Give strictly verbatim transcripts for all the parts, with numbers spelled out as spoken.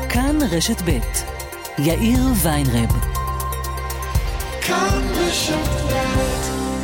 כאן רשת ב' יאיר ויינרב. כאן רשת ב'.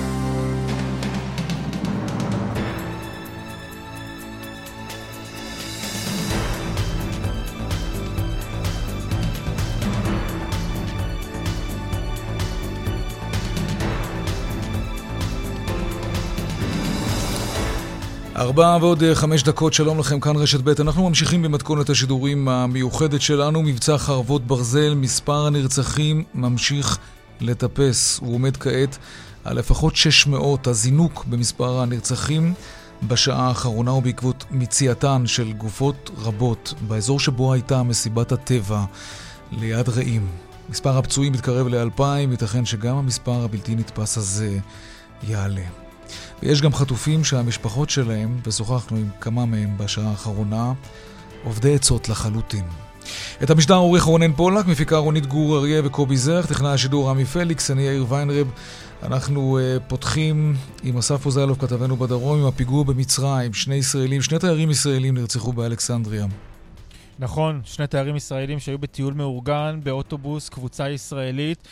ארבע ועוד חמש דקות, שלום לכם, כאן רשת ב'. אנחנו ממשיכים במתכונת השידורים המיוחדת שלנו, מבצע חרבות ברזל. מספר הנרצחים ממשיך לטפס, הוא עומד כעת על לפחות שש מאות. הזינוק במספר הנרצחים בשעה האחרונה ובעקבות מציאתן של גופות רבות באזור שבו הייתה מסיבת הטבע ליד רעים. מספר הפצועים מתקרב ל-אלפיים, ייתכן שגם המספר הבלתי נתפס הזה יעלה. ויש גם חטופים שהמשפחות שלהם, ושוחחנו עם כמה מהם בשעה האחרונה, עובדי עצות לחלוטין. את המשדר עורך רונן פולק, מפיקה רונית גור אריה וקובי זרח, טכנאי השידור רמי פליקס, אני יאיר ויינרב. אנחנו uh, פותחים עם אסף אוזיילוב, כתבנו בדרום, עם הפיגוע במצרים. שני ישראלים, שני תיירים ישראלים נרצחו באלכסנדריה. נכון, שני תיירים ישראלים שהיו בטיול מאורגן באוטובוס, קבוצה ישראלית,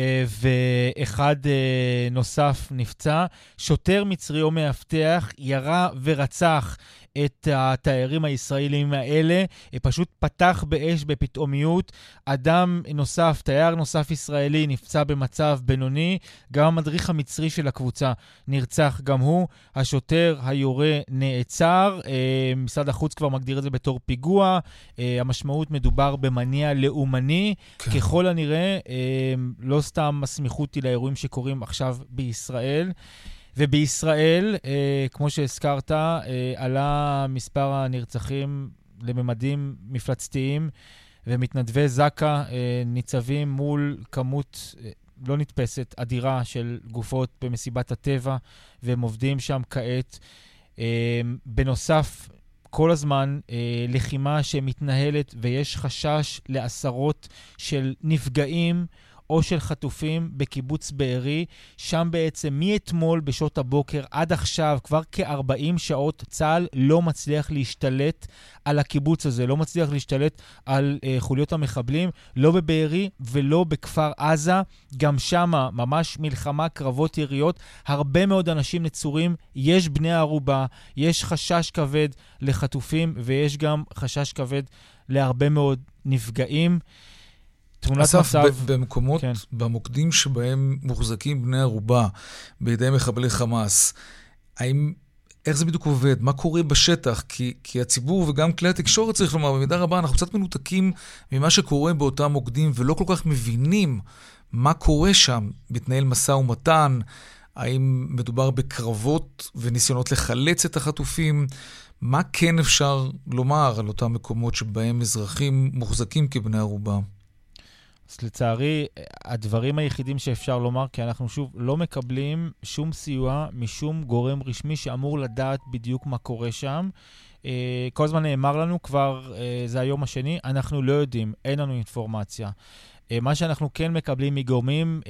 ואחד נוסף נפצע. שוטר מצרי או מאבטח ירה ורצח את התיירים הישראלים האלה, פשוט פתח באש בפתאומיות. אדם נוסף, תייר נוסף ישראלי, נפצע במצב בינוני. גם המדריך המצרי של הקבוצה נרצח גם הוא. השוטר היורה נעצר. משרד החוץ כבר מגדיר את זה בתור פיגוע. המשמעות, מדובר במניע לאומני. כן. ככל הנראה, לא סתם מסמיכות היא לאירועים שקורים עכשיו בישראל. ובישראל, אה, כמו שהזכרת, אה, עלה מספר הנרצחים לממדים מפלצתיים, ומתנדבי זקה אה, ניצבים מול כמות אה, לא נתפסת, אדירה של גופות במסיבת הטבע, והם עובדים שם כעת. אה, בנוסף, כל הזמן אה, לחימה שמתנהלת, ויש חשש לעשרות של נפגעים, או של חטופים בקיבוץ בארי. שם בעצם מאתמול בשעות הבוקר עד עכשיו, כבר כ-ארבעים שעות, צה"ל לא מצליח להשתלט על הקיבוץ הזה, לא מצליח להשתלט על uh, חוליות המחבלים, לא בבארי ולא בכפר עזה. גם שם ממש מלחמה, קרבות יריות, הרבה מאוד אנשים נצורים, יש בני ערובה, יש חשש כבד לחטופים, ויש גם חשש כבד להרבה מאוד נפגעים. אסף, מצב... במקומות, כן. במוקדים שבהם מוחזקים בני ערובה בידי מחבלי חמאס, האם, איך זה בדיוק עובד? מה קורה בשטח? כי, כי הציבור וגם כלי התקשורת, צריך לומר, במידה רבה אנחנו קצת מנותקים ממה שקורה באותם מוקדים, ולא כל כך מבינים מה קורה שם. מתנהל מסע ומתן, האם מדובר בקרבות וניסיונות לחלץ את החטופים? מה כן אפשר לומר על אותם מקומות שבהם אזרחים מוחזקים כבני ערובה? אז לצערי, הדברים היחידים שאפשר לומר, כי אנחנו שוב לא מקבלים שום סיוע משום גורם רשמי שאמור לדעת בדיוק מה קורה שם. כל הזמן נאמר לנו, כבר זה היום השני, אנחנו לא יודעים, אין לנו אינפורמציה. מה שאנחנו כן מקבלים מגורמים,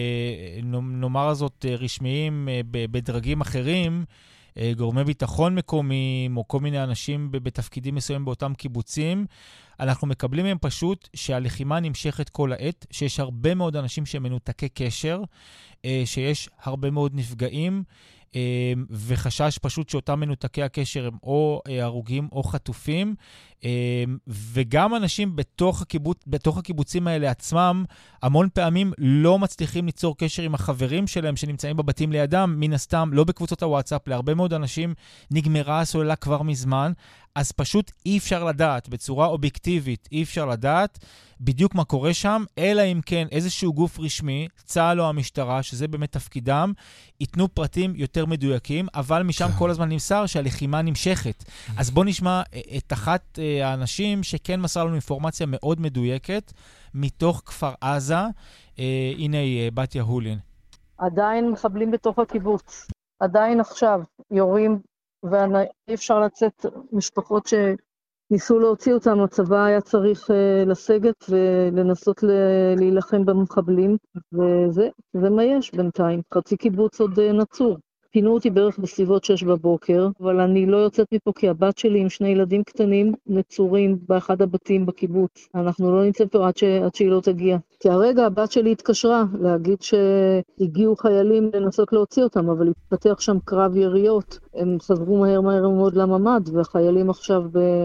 נאמר זאת רשמיים בדרגים אחרים, גורמי ביטחון מקומיים, או כל מיני אנשים בתפקידים מסוימים באותם קיבוצים, אנחנו מקבלים מהם פשוט שהלחימה נמשכת כל העת, שיש הרבה מאוד אנשים שמנותקי קשר, שיש הרבה מאוד נפגעים, וחשש פשוט שאותם מנותקי הקשר הם או הרוגים או חטופים, וגם אנשים בתוך הקיבוץ, בתוך הקיבוצים האלה עצמם, המון פעמים לא מצליחים ליצור קשר עם החברים שלהם שנמצאים בבתים לידם, מן הסתם, לא בקבוצות הוואטסאפ, להרבה מאוד אנשים נגמרה הסוללה כבר מזמן, אז פשוט אי אפשר לדעת, בצורה אובייקטיבית אי אפשר לדעת בדיוק מה קורה שם, אלא אם כן איזשהו גוף רשמי, צה"ל או המשטרה, שזה באמת תפקידם, ייתנו פרטים יותר מדויקים, אבל משם כל הזמן נמסר שהלחימה נמשכת. אז בוא נשמע את אחת האנשים שכן מסר לנו אינפורמציה מאוד מדויקת, מתוך כפר עזה. הנה בתיה הולין. עדיין מחבלים בתוך הקיבוץ. עדיין עכשיו יורים, ואי אפשר לצאת. משפחות שניסו להוציא אותם, הצבא היה צריך לסגת ולנסות להילחם במחבלים, וזה זה מה יש בינתיים. חצי קיבוץ עוד נצור. פינו אותי בערך בסביבות שש בבוקר, אבל אני לא יוצאת מפה כי הבת שלי עם שני ילדים קטנים נצורים באחד הבתים בקיבוץ. אנחנו לא נמצאים פה עד, ש... עד שהיא לא תגיע. כי הרגע הבת שלי התקשרה להגיד שהגיעו חיילים לנסות להוציא אותם, אבל התפתח שם קרב יריות. הם חזרו מהר מהר מאוד לממד, והחיילים עכשיו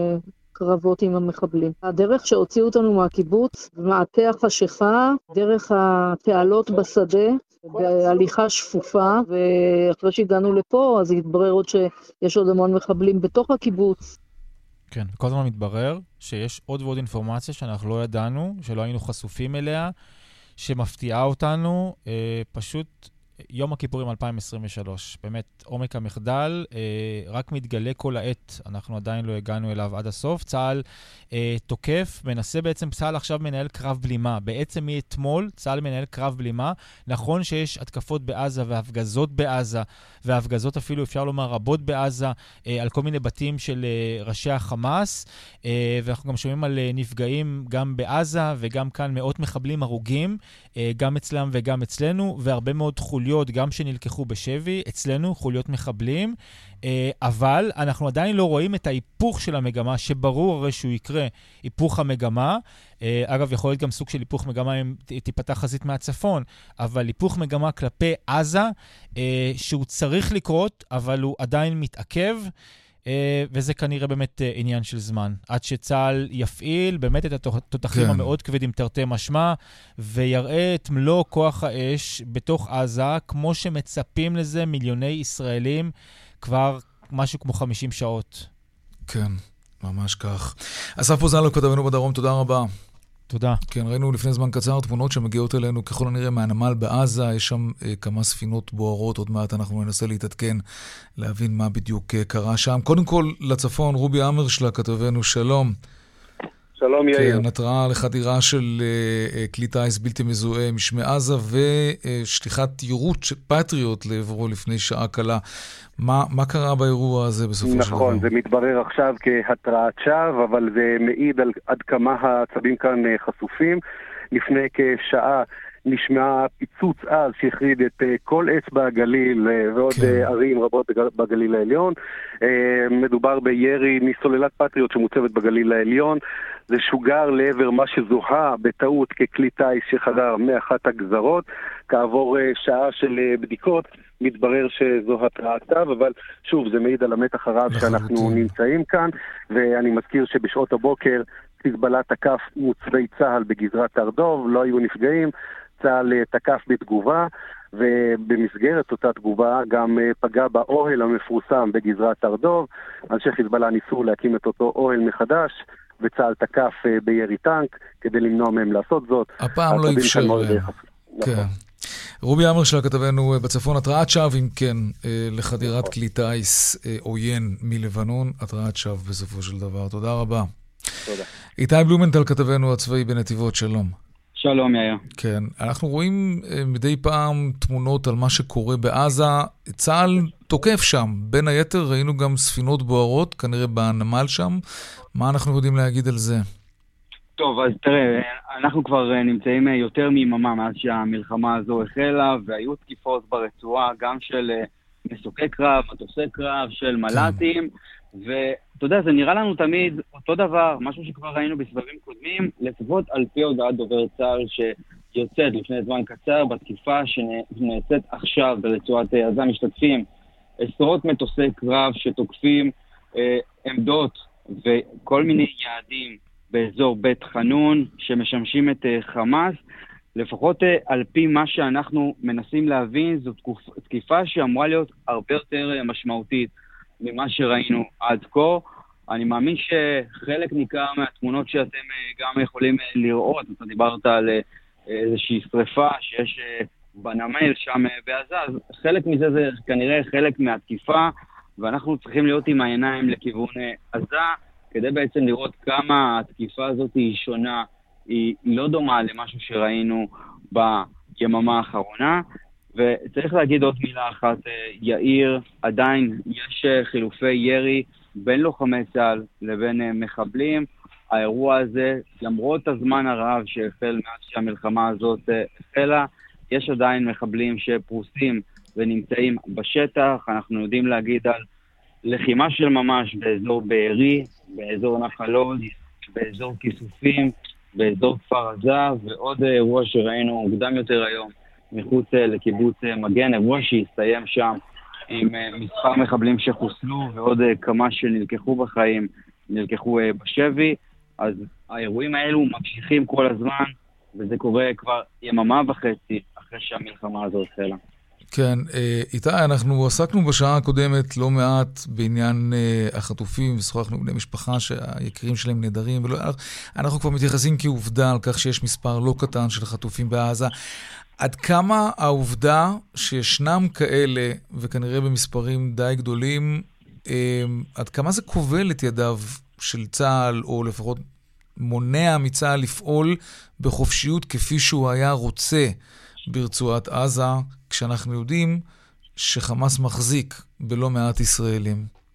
בקרבות עם המחבלים. הדרך שהוציאו אותנו מהקיבוץ, מעטה החשיכה, דרך התעלות בשדה, בהליכה שפופה, ואחרי שהגענו לפה, אז התברר עוד שיש עוד המון מחבלים בתוך הקיבוץ. כן, כל הזמן מתברר שיש עוד ועוד אינפורמציה שאנחנו לא ידענו, שלא היינו חשופים אליה, שמפתיעה אותנו, אה, פשוט יום הכיפורים אלפיים עשרים ושלוש. באמת, עומק המחדל אה, רק מתגלה כל העת, אנחנו עדיין לא הגענו אליו עד הסוף. צה"ל אה, תוקף, מנסה בעצם, צה"ל עכשיו מנהל קרב בלימה. בעצם מאתמול צה"ל מנהל קרב בלימה. נכון שיש התקפות בעזה והפגזות בעזה, והפגזות אפילו אפשר לומר רבות בעזה, אה, על כל מיני בתים של אה, ראשי החמאס, אה, ואנחנו גם שומעים על אה, נפגעים גם בעזה, וגם כאן מאות מחבלים הרוגים, אה, גם אצלם וגם אצלנו, והרבה מאוד חוליות גם שנלקחו בשבי, אצלנו חוליות מחבלים, אבל אנחנו עדיין לא רואים את ההיפוך של המגמה, שברור הרי שהוא יקרה, היפוך המגמה. אגב, יכול להיות גם סוג של היפוך מגמה אם תיפתח חזית מהצפון, אבל היפוך מגמה כלפי עזה, שהוא צריך לקרות, אבל הוא עדיין מתעכב, וזה כנראה באמת עניין של זמן. עד שצה"ל יפעיל באמת את התותחים כן. המאוד כבדים תרתי משמע, ויראה את מלוא כוח האש בתוך עזה, כמו שמצפים לזה מיליוני ישראלים, כבר משהו כמו חמישים שעות. כן, ממש כך. אסף פוזנלו, כתבנו בדרום, תודה רבה. תודה. כן, ראינו לפני זמן קצר תמונות שמגיעות אלינו ככל הנראה מהנמל בעזה, יש שם אה, כמה ספינות בוערות, עוד מעט אנחנו ננסה להתעדכן, להבין מה בדיוק אה, קרה שם. קודם כל לצפון, רובי אמרשלה, כתבנו, שלום. שלום יאיר. כן, התראה לחדירה של אה, כלי טייס בלתי מזוהה משמי עזה, ושליחת יירוט של פטריוט לעברו לפני שעה קלה. מה, מה קרה באירוע הזה בסופו נכון, של דבר? נכון, זה מתברר עכשיו כהתראת שווא, אבל זה מעיד על עד כמה העצבים כאן חשופים. לפני כשעה נשמע פיצוץ אז שהחריד את כל אצבע הגליל ועוד כן. ערים רבות בגליל העליון. מדובר בירי מסוללת פטריוט שמוצבת בגליל העליון. זה שוגר לעבר מה שזוהה בטעות ככלי טייס שחדר מאחת הגזרות. כעבור שעה של בדיקות מתברר שזו התרעת שווא, אבל שוב זה מעיד על המתח הרב שאנחנו נמצאים כאן, ואני מזכיר שבשעות הבוקר חיזבאללה תקף מוצבי צה"ל בגזרת הר דב, לא היו נפגעים, צה"ל תקף בתגובה, ובמסגרת אותה תגובה גם פגע באוהל המפורסם בגזרת הר דב. אנשי חיזבאללה ניסו להקים את אותו אוהל מחדש, וצה"ל תקף בירי טנק כדי למנוע מהם לעשות זאת. הפעם לא אפשר. כן. רובי אמרשלה, כתבנו בצפון, התרעת שווא, אם כן, לחדירת כלי טייס עוין מלבנון, התרעת שווא בסופו של דבר. תודה רבה. תודה. איתי בלומנטל, כתבנו הצבאי בנתיבות, שלום. שלום יאיר. כן, אנחנו רואים מדי פעם תמונות על מה שקורה בעזה. צה"ל תוקף שם. בין היתר ראינו גם ספינות בוערות, כנראה בנמל שם. מה אנחנו יודעים להגיד על זה? טוב, אז תראה, אנחנו כבר נמצאים יותר מיממה מאז שהמלחמה הזו החלה, והיו תקיפות ברצועה גם של מסוקי קרב, מטוסי קרב, של מל"טים, ואתה יודע, זה נראה לנו תמיד אותו דבר, משהו שכבר ראינו בסבבים קודמים, לפחות על פי הודעת דובר צה"ל שיוצאת לפני זמן קצר, בתקיפה שנעשית עכשיו ברצועת עזה, משתתפים עשרות מטוסי קרב שתוקפים אה, עמדות וכל מיני יעדים באזור בית חנון שמשמשים את uh, חמאס. לפחות uh, על פי מה שאנחנו מנסים להבין, זו תקיפה שאמורה להיות הרבה יותר uh, משמעותית ממה שראינו עד כה. אני מאמין שחלק ניכר מהתמונות שאתם uh, גם יכולים uh, לראות, אתה דיברת על uh, איזושהי שריפה שיש uh, בנמל שם uh, בעזה, אז חלק מזה זה כנראה חלק מהתקיפה, ואנחנו צריכים להיות עם העיניים לכיוון uh, עזה, כדי בעצם לראות כמה התקיפה הזאת היא שונה, היא לא דומה למשהו שראינו ביממה האחרונה. וצריך להגיד עוד מילה אחת, יאיר, עדיין יש חילופי ירי בין לוחמי צה"ל לבין מחבלים. האירוע הזה, למרות הזמן הרב שהחל מאז שהמלחמה הזאת החלה, יש עדיין מחבלים שפרוסים ונמצאים בשטח. אנחנו יודעים להגיד על לחימה של ממש באזור בארי, באזור נחל עוז, באזור כיסופים, באזור כפר עזה, ועוד אירוע שראינו מוקדם יותר היום מחוץ לקיבוץ מגן, אירוע שהסתיים שם עם מספר מחבלים שחוסלו ועוד כמה שנלקחו בחיים, נלקחו בשבי. אז האירועים האלו ממשיכים כל הזמן, וזה קורה כבר יממה וחצי אחרי שהמלחמה הזו החלה. כן, איתי, אנחנו עסקנו בשעה הקודמת לא מעט בעניין החטופים, ושוחחנו עם בני משפחה שהיקרים שלהם נהדרים, ולא, אנחנו כבר מתייחסים כעובדה על כך שיש מספר לא קטן של חטופים בעזה. עד כמה העובדה שישנם כאלה, וכנראה במספרים די גדולים, עד כמה זה כובל את ידיו של צה"ל, או לפחות מונע מצה"ל לפעול בחופשיות כפי שהוא היה רוצה ברצועת עזה, כשאנחנו יודעים שחמאס מחזיק בלא מעט ישראלים?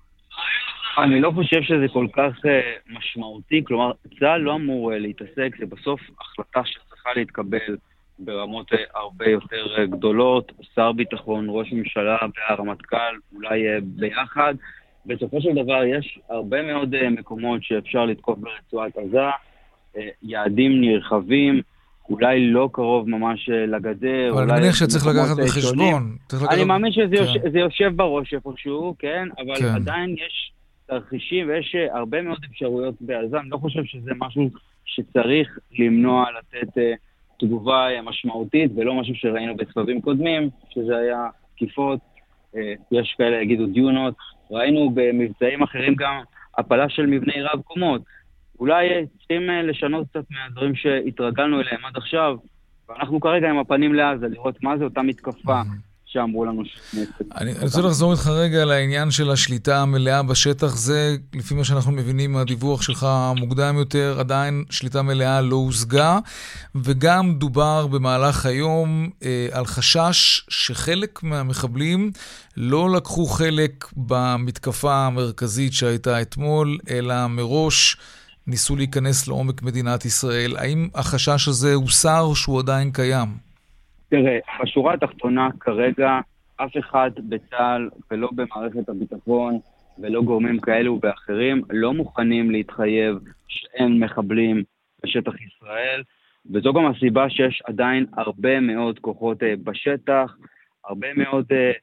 אני לא חושב שזה כל כך משמעותי, כלומר, צה"ל לא אמור להתעסק, זה בסוף החלטה שצריכה להתקבל ברמות הרבה יותר גדולות, שר ביטחון, ראש ממשלה והרמטכ"ל, אולי ביחד. בסופו של דבר יש הרבה מאוד מקומות שאפשר לתקוף ברצועת עזה, יעדים נרחבים, אולי לא קרוב ממש לגדר. אבל אני מניח שצריך לקחת בחשבון. אני מאמין שזה יושב בראש איפשהו, כן, אבל עדיין יש תרחישים ויש הרבה מאוד אפשרויות בעזה. אני לא חושב שזה משהו שצריך למנוע לתת תגובה משמעותית, ולא משהו שראינו בסבבים קודמים, שזה היה תקיפות, יש כאלה יגידו דיונות, ראינו במבצעים אחרים גם הפלה של מבני רב קומות. אולי צריכים לשנות קצת מהדברים שהתרגלנו אליהם עד עכשיו, ואנחנו כרגע עם הפנים לעזה, לראות מה זה אותה מתקפה שאמרו לנו. אני רוצה לחזור איתך רגע לעניין של השליטה המלאה בשטח. זה, לפי מה שאנחנו מבינים מהדיווח שלך מוקדם יותר, עדיין שליטה מלאה לא הושגה, וגם דובר במהלך היום אה, על חשש שחלק מהמחבלים לא לקחו חלק במתקפה המרכזית שהייתה אתמול, אלא מראש ניסו להיכנס לעומק מדינת ישראל. האם החשש הזה הוסר או שהוא עדיין קיים? תראה, בשורה התחתונה כרגע אף אחד בצה"ל ולא במערכת הביטחון ולא גורמים כאלו ואחרים לא מוכנים להתחייב שאין מחבלים בשטח ישראל, וזו גם הסיבה שיש עדיין הרבה מאוד כוחות בשטח, הרבה מאוד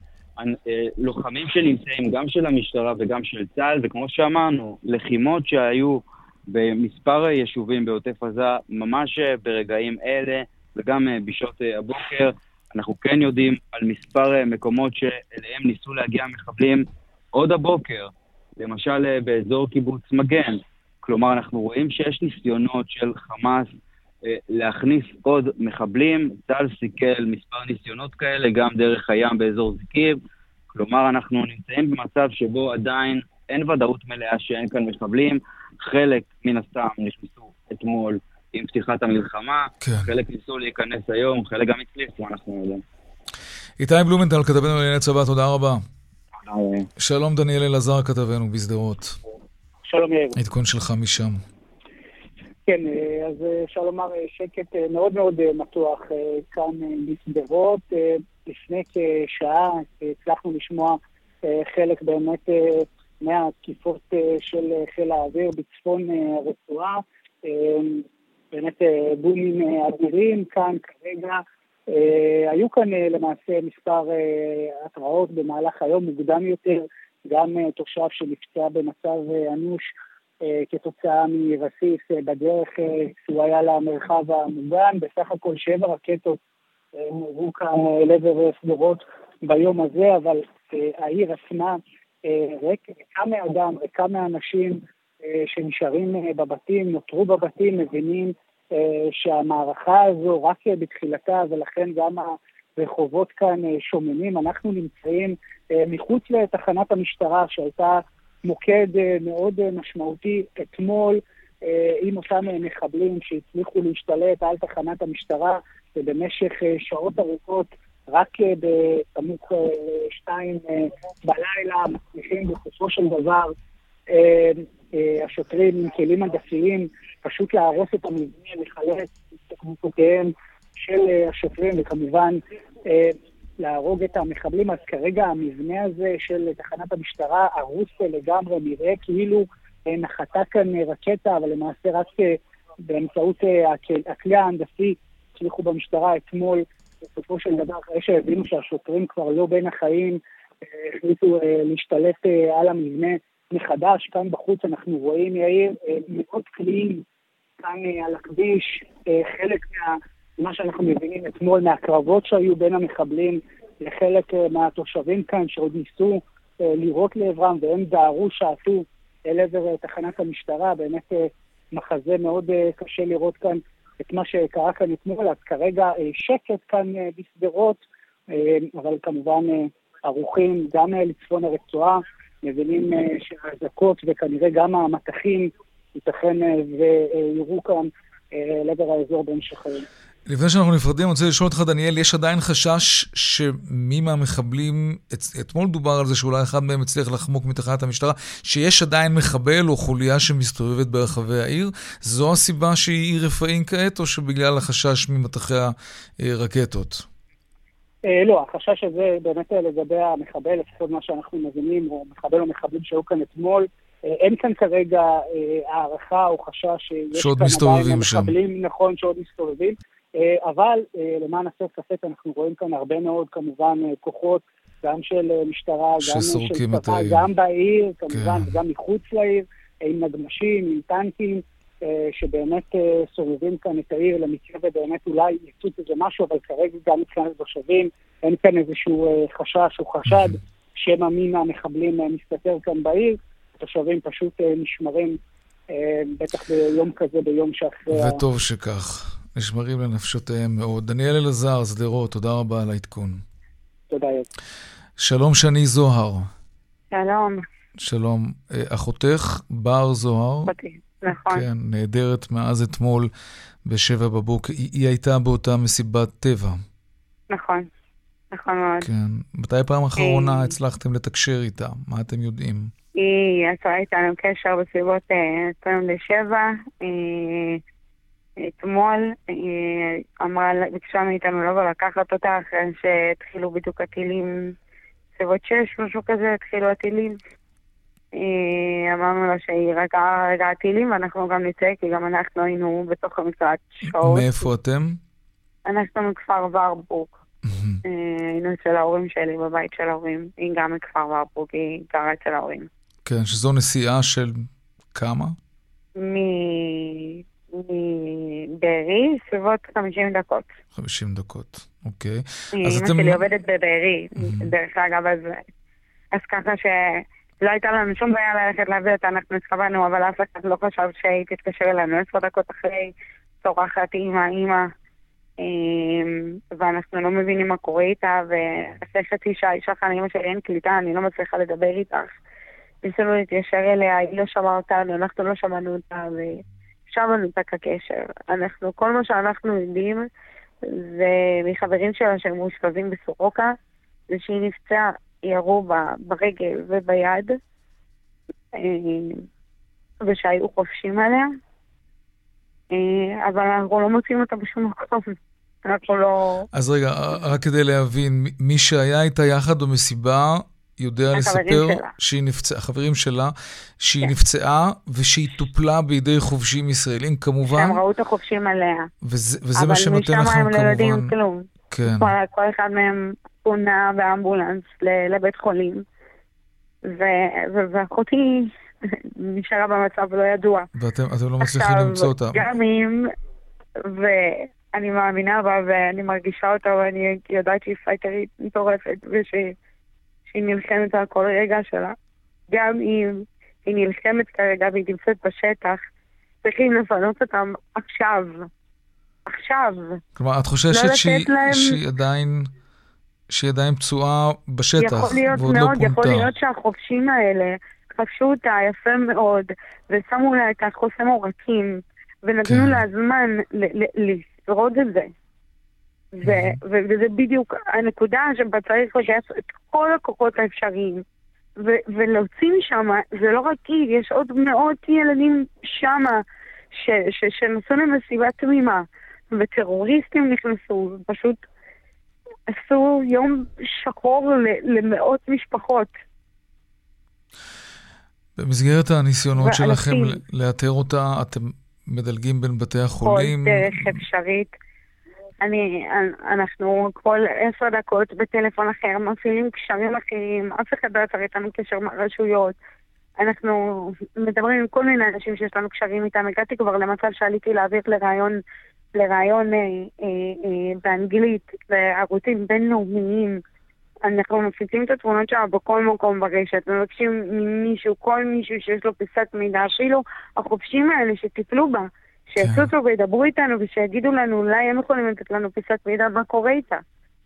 לוחמים שנמצאים גם של המשטרה וגם של צה"ל, וכמו שאמרנו, לחימות שהיו במספר יישובים בעוטף עזה ממש ברגעים אלה, וגם בשעות הבוקר. אנחנו כן יודעים על מספר מקומות שאליהם ניסו להגיע מחבלים עוד הבוקר, למשל באזור קיבוץ מגן. כלומר, אנחנו רואים שיש ניסיונות של חמאס להכניס עוד מחבלים. צה"ל סיכל מספר ניסיונות כאלה, גם דרך הים באזור זיקים. כלומר, אנחנו נמצאים במצב שבו עדיין אין ודאות מלאה שאין כאן מחבלים. חלק מן הסתם נכנסו אתמול עם פתיחת המלחמה, כן. חלק ניסו להיכנס היום, חלק גם הצליחו, אנחנו יודעים. איתי בלומנטל, כתבנו לענייני צבא, תודה רבה. שלום דניאל אלעזר, כתבנו בשדרות. שלום יאיר. עדכון שלך משם. כן, אז אפשר לומר שקט מאוד מאוד מתוח כאן בשדרות. לפני כשעה הצלחנו לשמוע חלק באמת מהתקיפות של חיל האוויר בצפון הרצועה. באמת בומים אדירים כאן כרגע. היו כאן למעשה מספר התראות במהלך היום מוקדם יותר, גם תושב שנפצע במצב אנוש כתוצאה מרסיס בדרך שהוא היה למרחב המוגן. בסך הכל שבע רקטות נורו כאן לעבר סדרות ביום הזה, אבל העיר עצמה ריק, כמה אדם וכמה אנשים שנשארים בבתים, נותרו בבתים, מבינים שהמערכה הזו רק בתחילתה, ולכן גם הרחובות כאן שוממים. אנחנו נמצאים מחוץ לתחנת המשטרה שהייתה מוקד מאוד משמעותי אתמול עם אותם מחבלים שהצליחו להשתלט על תחנת המשטרה, ובמשך שעות ארוכות רק בסמוך שתיים בלילה מצליחים בסופו של דבר השוטרים עם כלים הנדסיים פשוט להרוס את המבנה, לחלץ את קבוצותיהם של השוטרים, וכמובן להרוג את המחבלים, אז כרגע המבנה הזה של תחנת המשטרה הרוס לגמרי, נראה כאילו נחתה כאן רקטה, אבל למעשה רק באמצעות הכלי ההנדסי הצליחו במשטרה אתמול, בסופו של דבר, אחרי שהבינו שהשוטרים כבר לא בין החיים, החליטו להשתלט על המבנה מחדש. כאן בחוץ אנחנו רואים, יאיר, מאות כלים כאן על הכביש, חלק מה, מה שאנחנו מבינים אתמול מהקרבות שהיו בין המחבלים, לחלק מהתושבים כאן שעוד ניסו לראות לעברם, והם דהרו, שעטו אל עבר תחנת המשטרה. באמת מחזה מאוד קשה לראות כאן את מה שקרה כאן אתמול. אז כרגע שקט כאן בסדרות, אבל כמובן ערוכים גם לצפון הרצועה, מבינים שהזקות וכנראה גם המתחים ייתכן ויראו כאן לעבר האזור בהמשך היום. לפני שאנחנו נפרדים, אני רוצה לשאול אותך, דניאל, יש עדיין חשש שמי מהמחבלים, אתמול דובר על זה שאולי אחד מהם הצליח לחמוק מתחנת המשטרה, שיש עדיין מחבל או חוליה שמסתובבת ברחבי העיר? זו הסיבה שהיא עיר רפאים כעת, או שבגלל החשש ממתחי הרקטות? לא, החשש הזה באמת לגבי המחבל, לפחות מה שאנחנו מבינים, או מחבל או מחבלים שהיו כאן אתמול, אין כאן כרגע הערכה או חשש שיש כאן עדיין מחבלים, נכון, שעוד מסתובבים, אבל למען הסוף ספק אנחנו רואים כאן הרבה מאוד כמובן כוחות, גם של משטרה, גם של צבא, גם בעיר, כמובן, כן. גם מחוץ לעיר, עם נגמשים, עם טנקים, שבאמת סובבים כאן את העיר למקרה ובאמת אולי יצוץ איזה משהו, אבל כרגע גם מבחינת תושבים, אין כאן איזשהו חשש או חשד שמא מי מהמחבלים מסתתר כאן בעיר. התושבים פשוט נשמרים, בטח ביום כזה, ביום שאחרי... וטוב שכך, נשמרים לנפשותיהם מאוד. דניאל אלעזר, שדרות, תודה רבה על העדכון. תודה. שלום שני זוהר. שלום. שלום. אחותך, בר זוהר. אחותי, נכון. כן, נהדרת מאז אתמול בשבע בבוקר. היא, היא הייתה באותה מסיבת טבע. נכון, נכון מאוד. כן. מתי פעם אחרונה הצלחתם לתקשר איתה? מה אתם יודעים? היא יצאה איתנו קשר בסביבות עשרים ושבע, אתמול אמרה, ביקשה מאיתנו לא לקחת אותה אחרי שהתחילו בדיוק הטילים, בסביבות שש, משהו כזה, התחילו הטילים. אמרנו לה שהיא רגעה רגע הטילים, ואנחנו גם נצא, כי גם אנחנו היינו בתוך המשרד שעות. מאיפה אתם? אנחנו מכפר ורבורג. היינו אצל ההורים שלי, בבית של ההורים. היא גם מכפר ורבורג, היא גרה אצל ההורים. כן, שזו נסיעה של כמה? מבארי, סביבות חמישים דקות. חמישים דקות, אוקיי. אמא שלי עובדת בבארי, דרך אגב, אז ככה שלא הייתה לנו שום בעיה ללכת להביא אותה, אנחנו התכוונו, אבל אף אחד לא חשב שהיא תתקשר אלינו, עשר דקות אחרי צורחת אימא, אימא, ואנחנו לא מבינים מה קורה איתה, ואחרי חצי שעה אישה כאן, אמא שלי אין קליטה, אני לא מצליחה לדבר איתך. ניסינו להתיישר אליה, היא לא שמעה אותנו, אנחנו לא שמענו אותה, ושמענו אותה כקשר. אנחנו, כל מה שאנחנו יודעים, זה מחברים שלה שהם מאושפזים בסורוקה, זה שהיא נפצעה, ירו בה ברגל וביד, ושהיו חופשים עליה, אבל אנחנו לא מוצאים אותה בשום מקום. אנחנו לא... אז רגע, רק כדי להבין, מי שהיה איתה יחד במסיבה, יודע לספר שהיא נפצעה, החברים שלה, שהיא נפצעה וכשהיא טופלה בידי חובשים ישראלים, כמובן. שהם ראו את החובשים עליה. וזה מה שנותן לכם כמובן. אבל משם הם לא יודעים כלום. כן. כל אחד מהם פונה באמבולנס לבית חולים. ואחותי נשארה במצב לא ידוע. ואתם לא מצליחים למצוא אותה. גם אם, ואני מאמינה בה ואני מרגישה אותה ואני יודעת שהיא פייטרית מטורפת ושהיא שהיא נלחמת על כל רגע שלה. גם אם היא נלחמת כרגע והיא נמצאת בשטח, צריכים לפנות אותם עכשיו. עכשיו. כלומר, את חוששת לא שהיא, להם... שהיא עדיין, שהיא עדיין פצועה בשטח, יכול להיות ועוד מאוד, לא פונתה. יכול להיות שהחופשים האלה חפשו אותה יפה מאוד, ושמו לה את החוסם עורקים, ונתנו כן. לה זמן לשרוד את זה. ו- וזה בדיוק הנקודה שבה צריך לגייס את כל הכוחות האפשריים ו- ולהוציא משם, זה לא רק כי יש עוד מאות ילדים שם ש- ש- שנסו למסיבה תמימה וטרוריסטים נכנסו, פשוט עשו יום שחור למאות משפחות. במסגרת הניסיונות שלכם לאתר אותה, אתם מדלגים בין בתי החולים? כל דרך אפשרית. אני, אנחנו כל עשר דקות בטלפון אחר, מפעילים קשרים אחרים, אף אחד לא יצר איתנו קשר מהרשויות. אנחנו מדברים עם כל מיני אנשים שיש לנו קשרים איתם. הגעתי כבר למצב שעליתי להעביר לרעיון, לרעיון אה, אה, אה, באנגלית, לערוצים בינלאומיים. אנחנו מפיצים את התמונות שלה בכל מקום ברשת, מבקשים ממישהו, כל מישהו שיש לו פיסת מידע, אפילו החופשים האלה שטיפלו בה, שיצוצו וידברו איתנו ושיגידו לנו, אולי הם יכולים לתת לנו פיסת מידע, מה קורה איתה.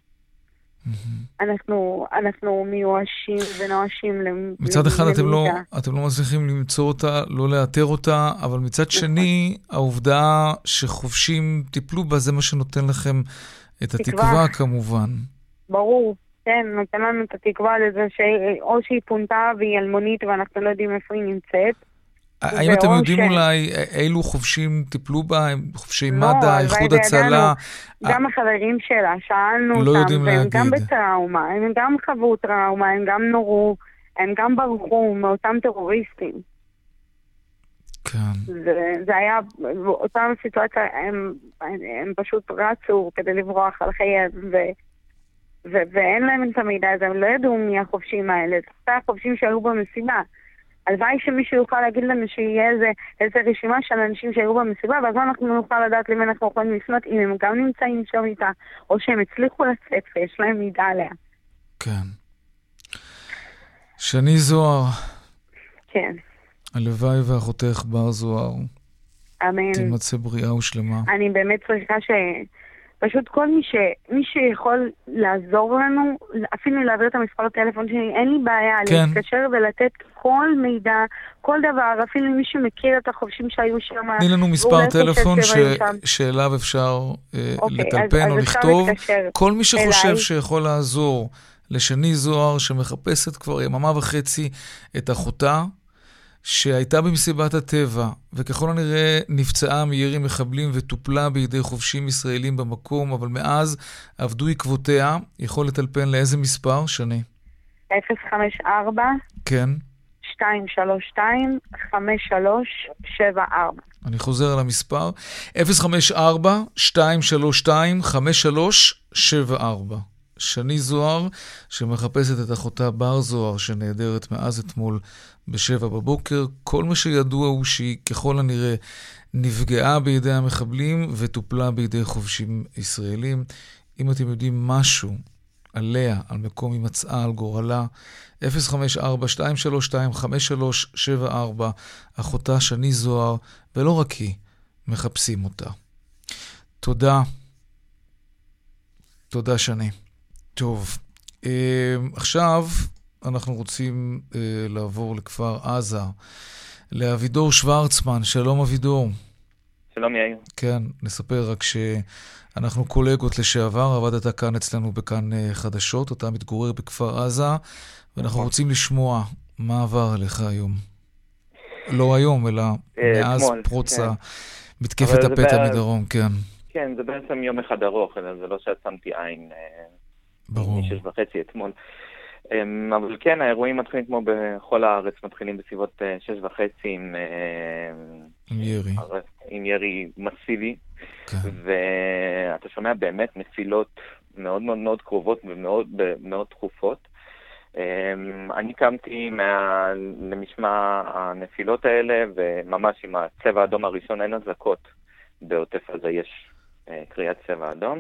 אנחנו, אנחנו מיואשים ונואשים למידע. מצד אחד אתם לא, אתם לא מצליחים למצוא אותה, לא לאתר אותה, אבל מצד שני, העובדה שחופשים טיפלו בה, זה מה שנותן לכם את התקווה כמובן. ברור. כן, נותן לנו את התקווה לזה שאו שהיא פונתה והיא אלמונית ואנחנו לא יודעים איפה היא נמצאת. האם אתם יודעים אולי אילו חובשים טיפלו בה? חובשי מד"א, איחוד הצלה? גם החברים שלה, שאלנו אותם, והם גם בטראומה, הם גם חוו טראומה, הם גם נורו, הם גם ברחו מאותם טרוריסטים. כן. זה היה, באותה סיטואציה, הם פשוט רצו כדי לברוח על חייהם, ו... ו- ואין להם את המידע הזה, הם לא ידעו מי החופשים האלה, זה החופשים שהיו במסיבה. הלוואי שמישהו יוכל להגיד לנו שיהיה איזה, איזה רשימה של אנשים שהיו במסיבה, ואז אנחנו נוכל לדעת למי אנחנו יכולים לפנות, אם הם גם נמצאים שם איתה, או שהם הצליחו לצאת ויש להם מידע עליה. כן. שני זוהר. כן. הלוואי ואחותך בר זוהר. אמן. תימצא בריאה ושלמה. אני באמת צריכה ש... פשוט כל מי, ש... מי שיכול לעזור לנו, אפילו להעביר את המספר הטלפון שלי, אין לי בעיה כן. להתקשר ולתת כל מידע, כל דבר, אפילו מי שמכיר את החובשים שהיו שם. תני לנו מספר טלפון ש... שאליו אפשר אוקיי, לטלפן אז, או אז לכתוב. כל מי שחושב אליי. שיכול לעזור לשני זוהר, שמחפשת כבר יממה וחצי את אחותה, שהייתה במסיבת הטבע, וככל הנראה נפצעה מירי מחבלים וטופלה בידי חובשים ישראלים במקום, אבל מאז עבדו עקבותיה, יכול לטלפן לאיזה מספר, שני? אפס חמש ארבע כן. שתיים שלוש שתיים חמש שלוש שבע ארבע. אני חוזר על המספר, אפס חמש ארבע שתיים שלוש שתיים חמש שלוש שבע ארבע. שני זוהר, שמחפשת את אחותה בר זוהר, שנהדרת מאז אתמול בשבע בבוקר. כל מה שידוע הוא שהיא ככל הנראה נפגעה בידי המחבלים וטופלה בידי חובשים ישראלים. אם אתם יודעים משהו עליה, על מקום היא מצאה, על גורלה, אפס חמש ארבע שתיים שלוש שתיים חמש שלוש שבע ארבע, אחותה שני זוהר, ולא רק היא, מחפשים אותה. תודה. תודה שני. טוב, עכשיו אנחנו רוצים לעבור לכפר עזה, לאבידור שוורצמן. שלום אבידור. שלום יאיר. כן, נספר רק שאנחנו קולגות לשעבר, עבדת כאן אצלנו בכאן חדשות, אתה מתגורר בכפר עזה, ואנחנו רוצים לשמוע מה עבר עליך היום. לא היום, אלא מאז פרוץ מתקפת הפתע מדרום, כן. כן, זה בעצם יום אחד ארוך, אלא זה לא שעצמתי עין ברור. משש וחצי אתמול. אבל כן, האירועים מתחילים כמו בכל הארץ, מתחילים בסביבות שש וחצי עם, עם ירי. עם ירי מסיבי, כן. ואתה שומע באמת נפילות מאוד מאוד מאוד קרובות ומאוד מאוד תכופות. אני קמתי מה... למשמע הנפילות האלה, וממש עם הצבע האדום הראשון אין אזעקות. בעוטף הזה יש קריאת צבע אדום.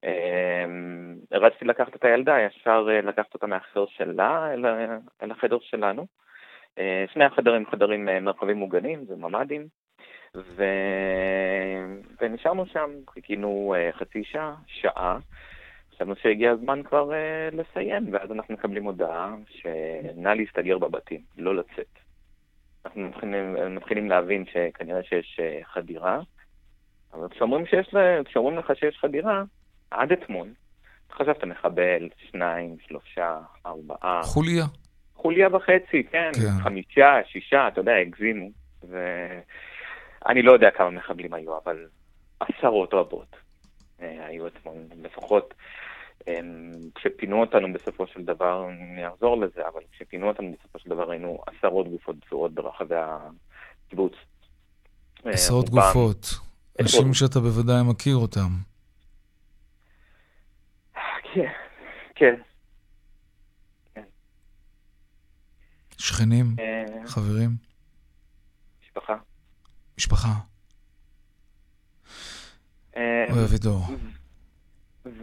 רציתי לקחת את הילדה, ישר לקחת אותה מהחדר שלה אל, אל החדר שלנו. שני החדרים חדרים מרחבים מוגנים, זה ממדים. ו... ונשארנו שם, חיכינו חצי שעה, שעה. חשבנו שהגיע הזמן כבר לסיים, ואז אנחנו מקבלים הודעה שנא להסתגר בבתים, לא לצאת. אנחנו מתחילים, מתחילים להבין שכנראה שיש חדירה. אבל כשאומרים, שיש, כשאומרים לך שיש חדירה, עד אתמול, חשבת מחבל, שניים, שלושה, ארבעה. חוליה. חוליה וחצי, כן. כן. חמישה, שישה, אתה יודע, הגזימו. ואני לא יודע כמה מחבלים היו, אבל עשרות רבות היו אתמול. לפחות כשפינו אותנו בסופו של דבר, אני אחזור לזה, אבל כשפינו אותנו בסופו של דבר היינו עשרות גופות פצועות ברחבי הקיבוץ. עשרות גופות, אנשים שאתה בוודאי מכיר אותם. כן, כן. שכנים, חברים? משפחה. משפחה. אוהב דור. ו...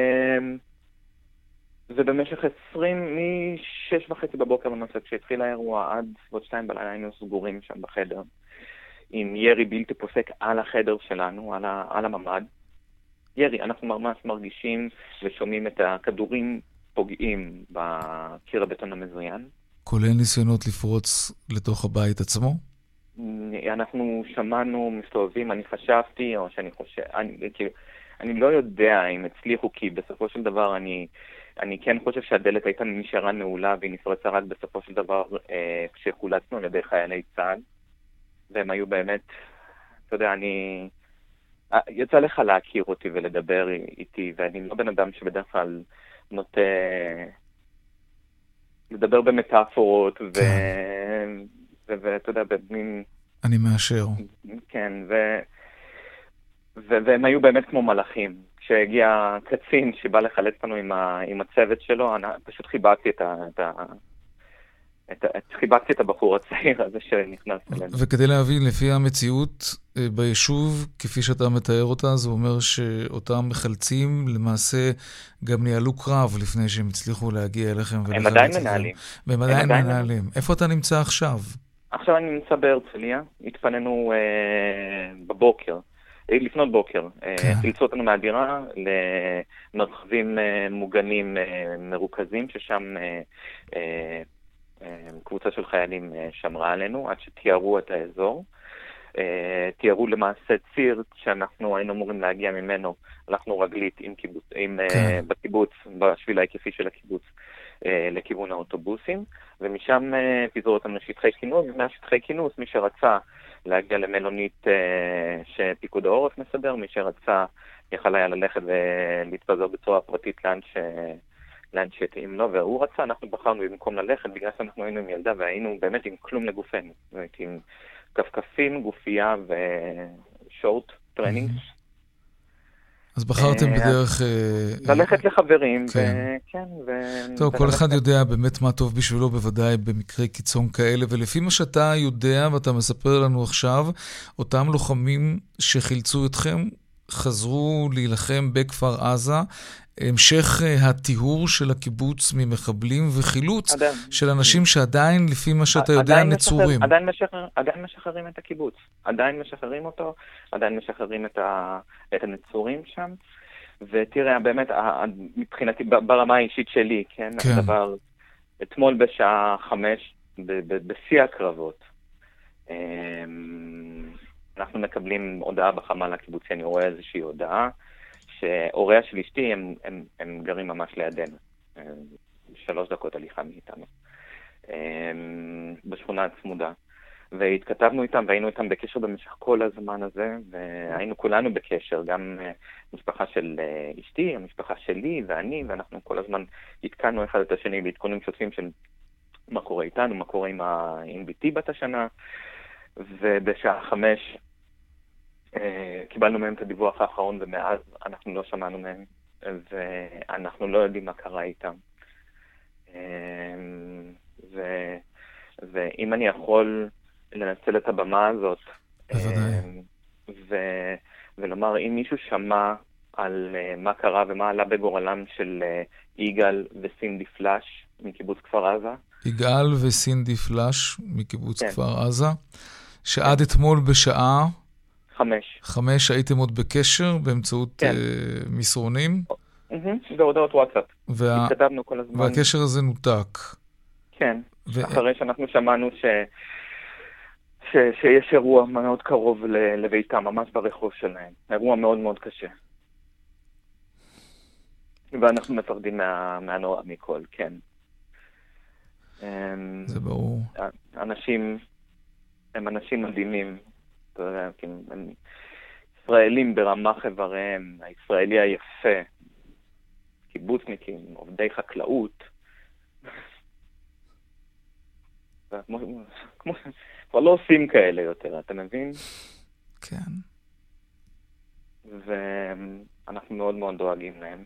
ובמשך עשרים, משש וחצי בבוקר למעשה, כשהתחיל האירוע עד סביבות שתיים בלילה, היינו סגורים שם בחדר, עם ירי בלתי פוסק על החדר שלנו, על, ה... על הממד. ירי, אנחנו ממש מרגישים ושומעים את הכדורים פוגעים בקיר הבטון המזוין. כולל ניסיונות לפרוץ לתוך הבית עצמו? אנחנו שמענו, מסתובבים, אני חשבתי, או שאני חושב, אני, כאילו, אני לא יודע אם הצליחו, כי בסופו של דבר אני, אני כן חושב שהדלת הייתה נשארה נעולה, והיא נפרצה רק בסופו של דבר אה, כשחולצנו על ידי חיילי צה"ל, והם היו באמת, אתה יודע, אני... יצא לך להכיר אותי ולדבר איתי, ואני לא בן אדם שבדרך כלל נוטה לדבר במטאפורות, ו... ואתה יודע, במין... אני מאשר. כן, ו... ו... והם היו באמת כמו מלאכים. כשהגיע קצין שבא לחלץ לנו עם, ה... עם הצוות שלו, אני פשוט חיבקתי את ה... את ה... את... חיבקתי את הבחור הצעיר הזה שנכנס אלינו. וכדי להבין, לפי המציאות ביישוב, כפי שאתה מתאר אותה, זה אומר שאותם מחלצים למעשה גם ניהלו קרב לפני שהם הצליחו להגיע אליכם. הם עדיין מנהלים. והם עדיין מנהלים. איפה אתה נמצא עכשיו? עכשיו אני נמצא בהרצליה, התפנינו אה, בבוקר, אה, לפנות בוקר, כן. חילצו אותנו מהדירה למרחבים אה, מוגנים אה, מרוכזים, ששם אה, אה, אה, קבוצה של חיילים אה, שמרה עלינו, עד שתיארו את האזור. אה, תיארו למעשה ציר שאנחנו היינו אמורים להגיע ממנו, הלכנו רגלית עם קיבוץ, עם, כן. אה, בקיבוץ, בשביל ההיקפי של הקיבוץ. לכיוון האוטובוסים, ומשם פיזרו אותם לשטחי כינוס, ומהשטחי כינוס מי שרצה להגיע למלונית שפיקוד העורף מסדר, מי שרצה יכל היה ללכת ולהתפזר בצורה פרטית לאן, ש... לאן שתאים לו, והוא רצה, אנחנו בחרנו במקום ללכת, בגלל שאנחנו היינו עם ילדה והיינו באמת עם כלום לגופנו, זאת אומרת, עם כפכפים, גופייה ושורט טרנינג. אז בחרתם בדרך... ללכת לחברים, כן. טוב, כל אחד יודע באמת מה טוב בשבילו, בוודאי במקרי קיצון כאלה, ולפי מה שאתה יודע ואתה מספר לנו עכשיו, אותם לוחמים שחילצו אתכם, חזרו להילחם בכפר עזה, המשך הטיהור של הקיבוץ ממחבלים וחילוץ עדיין. של אנשים שעדיין, לפי מה שאתה יודע, נצורים. עדיין, משחרר, עדיין משחררים את הקיבוץ. עדיין משחררים אותו, עדיין משחררים את, ה, את הנצורים שם. ותראה, באמת, מבחינתי, ברמה האישית שלי, כן? כן. הדבר, אתמול בשעה חמש, בשיא הקרבות, אנחנו מקבלים הודעה בחמ"ל הקיבוצי, אני רואה איזושהי הודעה, שהוריה של אשתי הם, הם, הם גרים ממש לידינו, שלוש דקות הליכה מאיתנו, בשכונה הצמודה. והתכתבנו איתם והיינו איתם בקשר במשך כל הזמן הזה, והיינו כולנו בקשר, גם משפחה של אשתי, המשפחה שלי ואני, ואנחנו כל הזמן התקנו אחד את השני בעדכונים שוטפים של מה קורה איתנו, מה קורה עם, ה... עם ביתי בת השנה, ובשעה חמש קיבלנו מהם את הדיווח האחרון, ומאז אנחנו לא שמענו מהם, ואנחנו לא יודעים מה קרה איתם. ו... ואם אני יכול לנצל את הבמה הזאת, ו... ולומר, אם מישהו שמע על מה קרה ומה עלה בגורלם של יגאל וסינדי פלאש מקיבוץ כפר עזה. יגאל וסינדי פלאש מקיבוץ כן. כפר עזה, שעד כן. אתמול בשעה חמש. חמש הייתם עוד בקשר באמצעות כן. uh, מסרונים? בהודעות וואטסאפ. וה... התכתבנו כל הזמן. והקשר הזה נותק. כן, ו... אחרי שאנחנו שמענו ש... ש... שיש אירוע מאוד קרוב ל... לביתם, ממש ברחוב שלהם. אירוע מאוד מאוד קשה. ואנחנו מפחדים מה... מהנורא מכל, כן. זה ברור. אנשים, הם אנשים מדהימים. אתה יודע, הם ישראלים ברמה חבריהם, הישראלי היפה. קיבוצניקים, עובדי חקלאות. כמו, כבר לא עושים כאלה יותר, אתה מבין? כן. ואנחנו מאוד מאוד דואגים להם.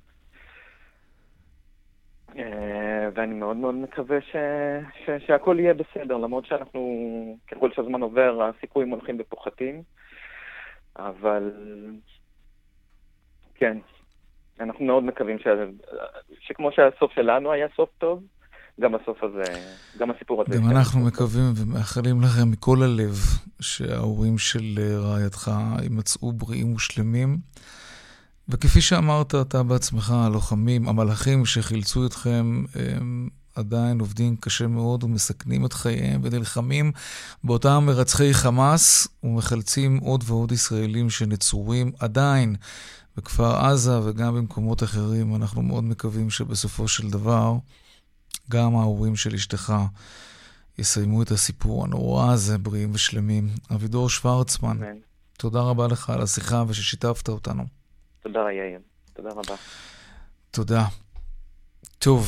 ואני מאוד מאוד מקווה ש... ש... שהכל יהיה בסדר, למרות שאנחנו, ככל שהזמן עובר, הסיכויים הולכים ופוחתים. אבל כן, אנחנו מאוד מקווים ש... שכמו שהסוף שלנו היה סוף טוב, גם הסוף הזה, גם הסיפור הזה. גם אנחנו מקווים ומאחלים לכם מכל הלב שההורים של רעייתך יימצאו בריאים ושלמים. וכפי שאמרת, אתה בעצמך, הלוחמים, המלאכים שחילצו אתכם, הם עדיין עובדים קשה מאוד ומסכנים את חייהם ונלחמים באותם מרצחי חמאס ומחלצים עוד ועוד ישראלים שנצורים עדיין בכפר עזה וגם במקומות אחרים. אנחנו מאוד מקווים שבסופו של דבר גם ההורים של אשתך יסיימו את הסיפור הנורא הזה בריאים ושלמים. אבידור שוורצמן, תודה רבה לך על השיחה וששיתפת אותנו. תודה יאיר, תודה רבה. תודה. טוב,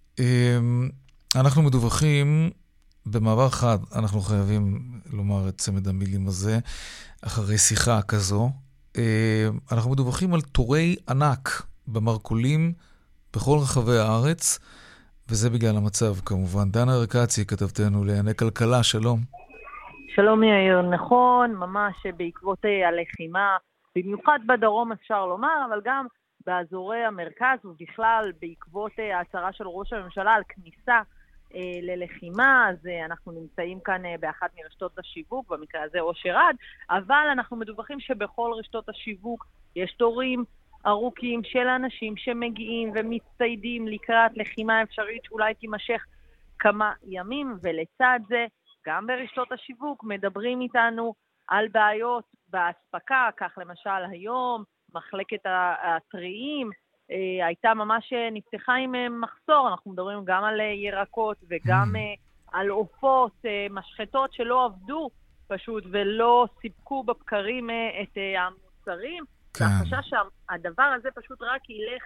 אנחנו מדווחים במעבר חד, אנחנו חייבים לומר את צמד המילים הזה, אחרי שיחה כזו, אנחנו מדווחים על תורי ענק במרקולים בכל רחבי הארץ, וזה בגלל המצב כמובן. דנה ארקצי, כתבתנו לענייני כלכלה, שלום. שלום יאיר, נכון, ממש בעקבות הלחימה, במיוחד בדרום אפשר לומר, אבל גם באזורי המרכז ובכלל בעקבות ההצהרה של ראש הממשלה על כניסה אה, ללחימה, אז אה, אנחנו נמצאים כאן אה, באחת מרשתות השיווק, במקרה הזה אושר עד, אבל אנחנו מדווחים שבכל רשתות השיווק יש תורים ארוכים של אנשים שמגיעים ומצטיידים לקראת לחימה אפשרית שאולי תימשך כמה ימים, ולצד זה גם ברשתות השיווק מדברים איתנו על בעיות בהספקה, כך למשל היום, מחלקת הטריים, אה, הייתה ממש נפתחה עם אה, מחסור, אנחנו מדברים גם על אה, ירקות וגם אה, על עופות, אה, משחטות שלא עבדו פשוט ולא סיפקו בבקרים אה, את אה, המוצרים, כן. והחשש שהדבר הזה פשוט רק ילך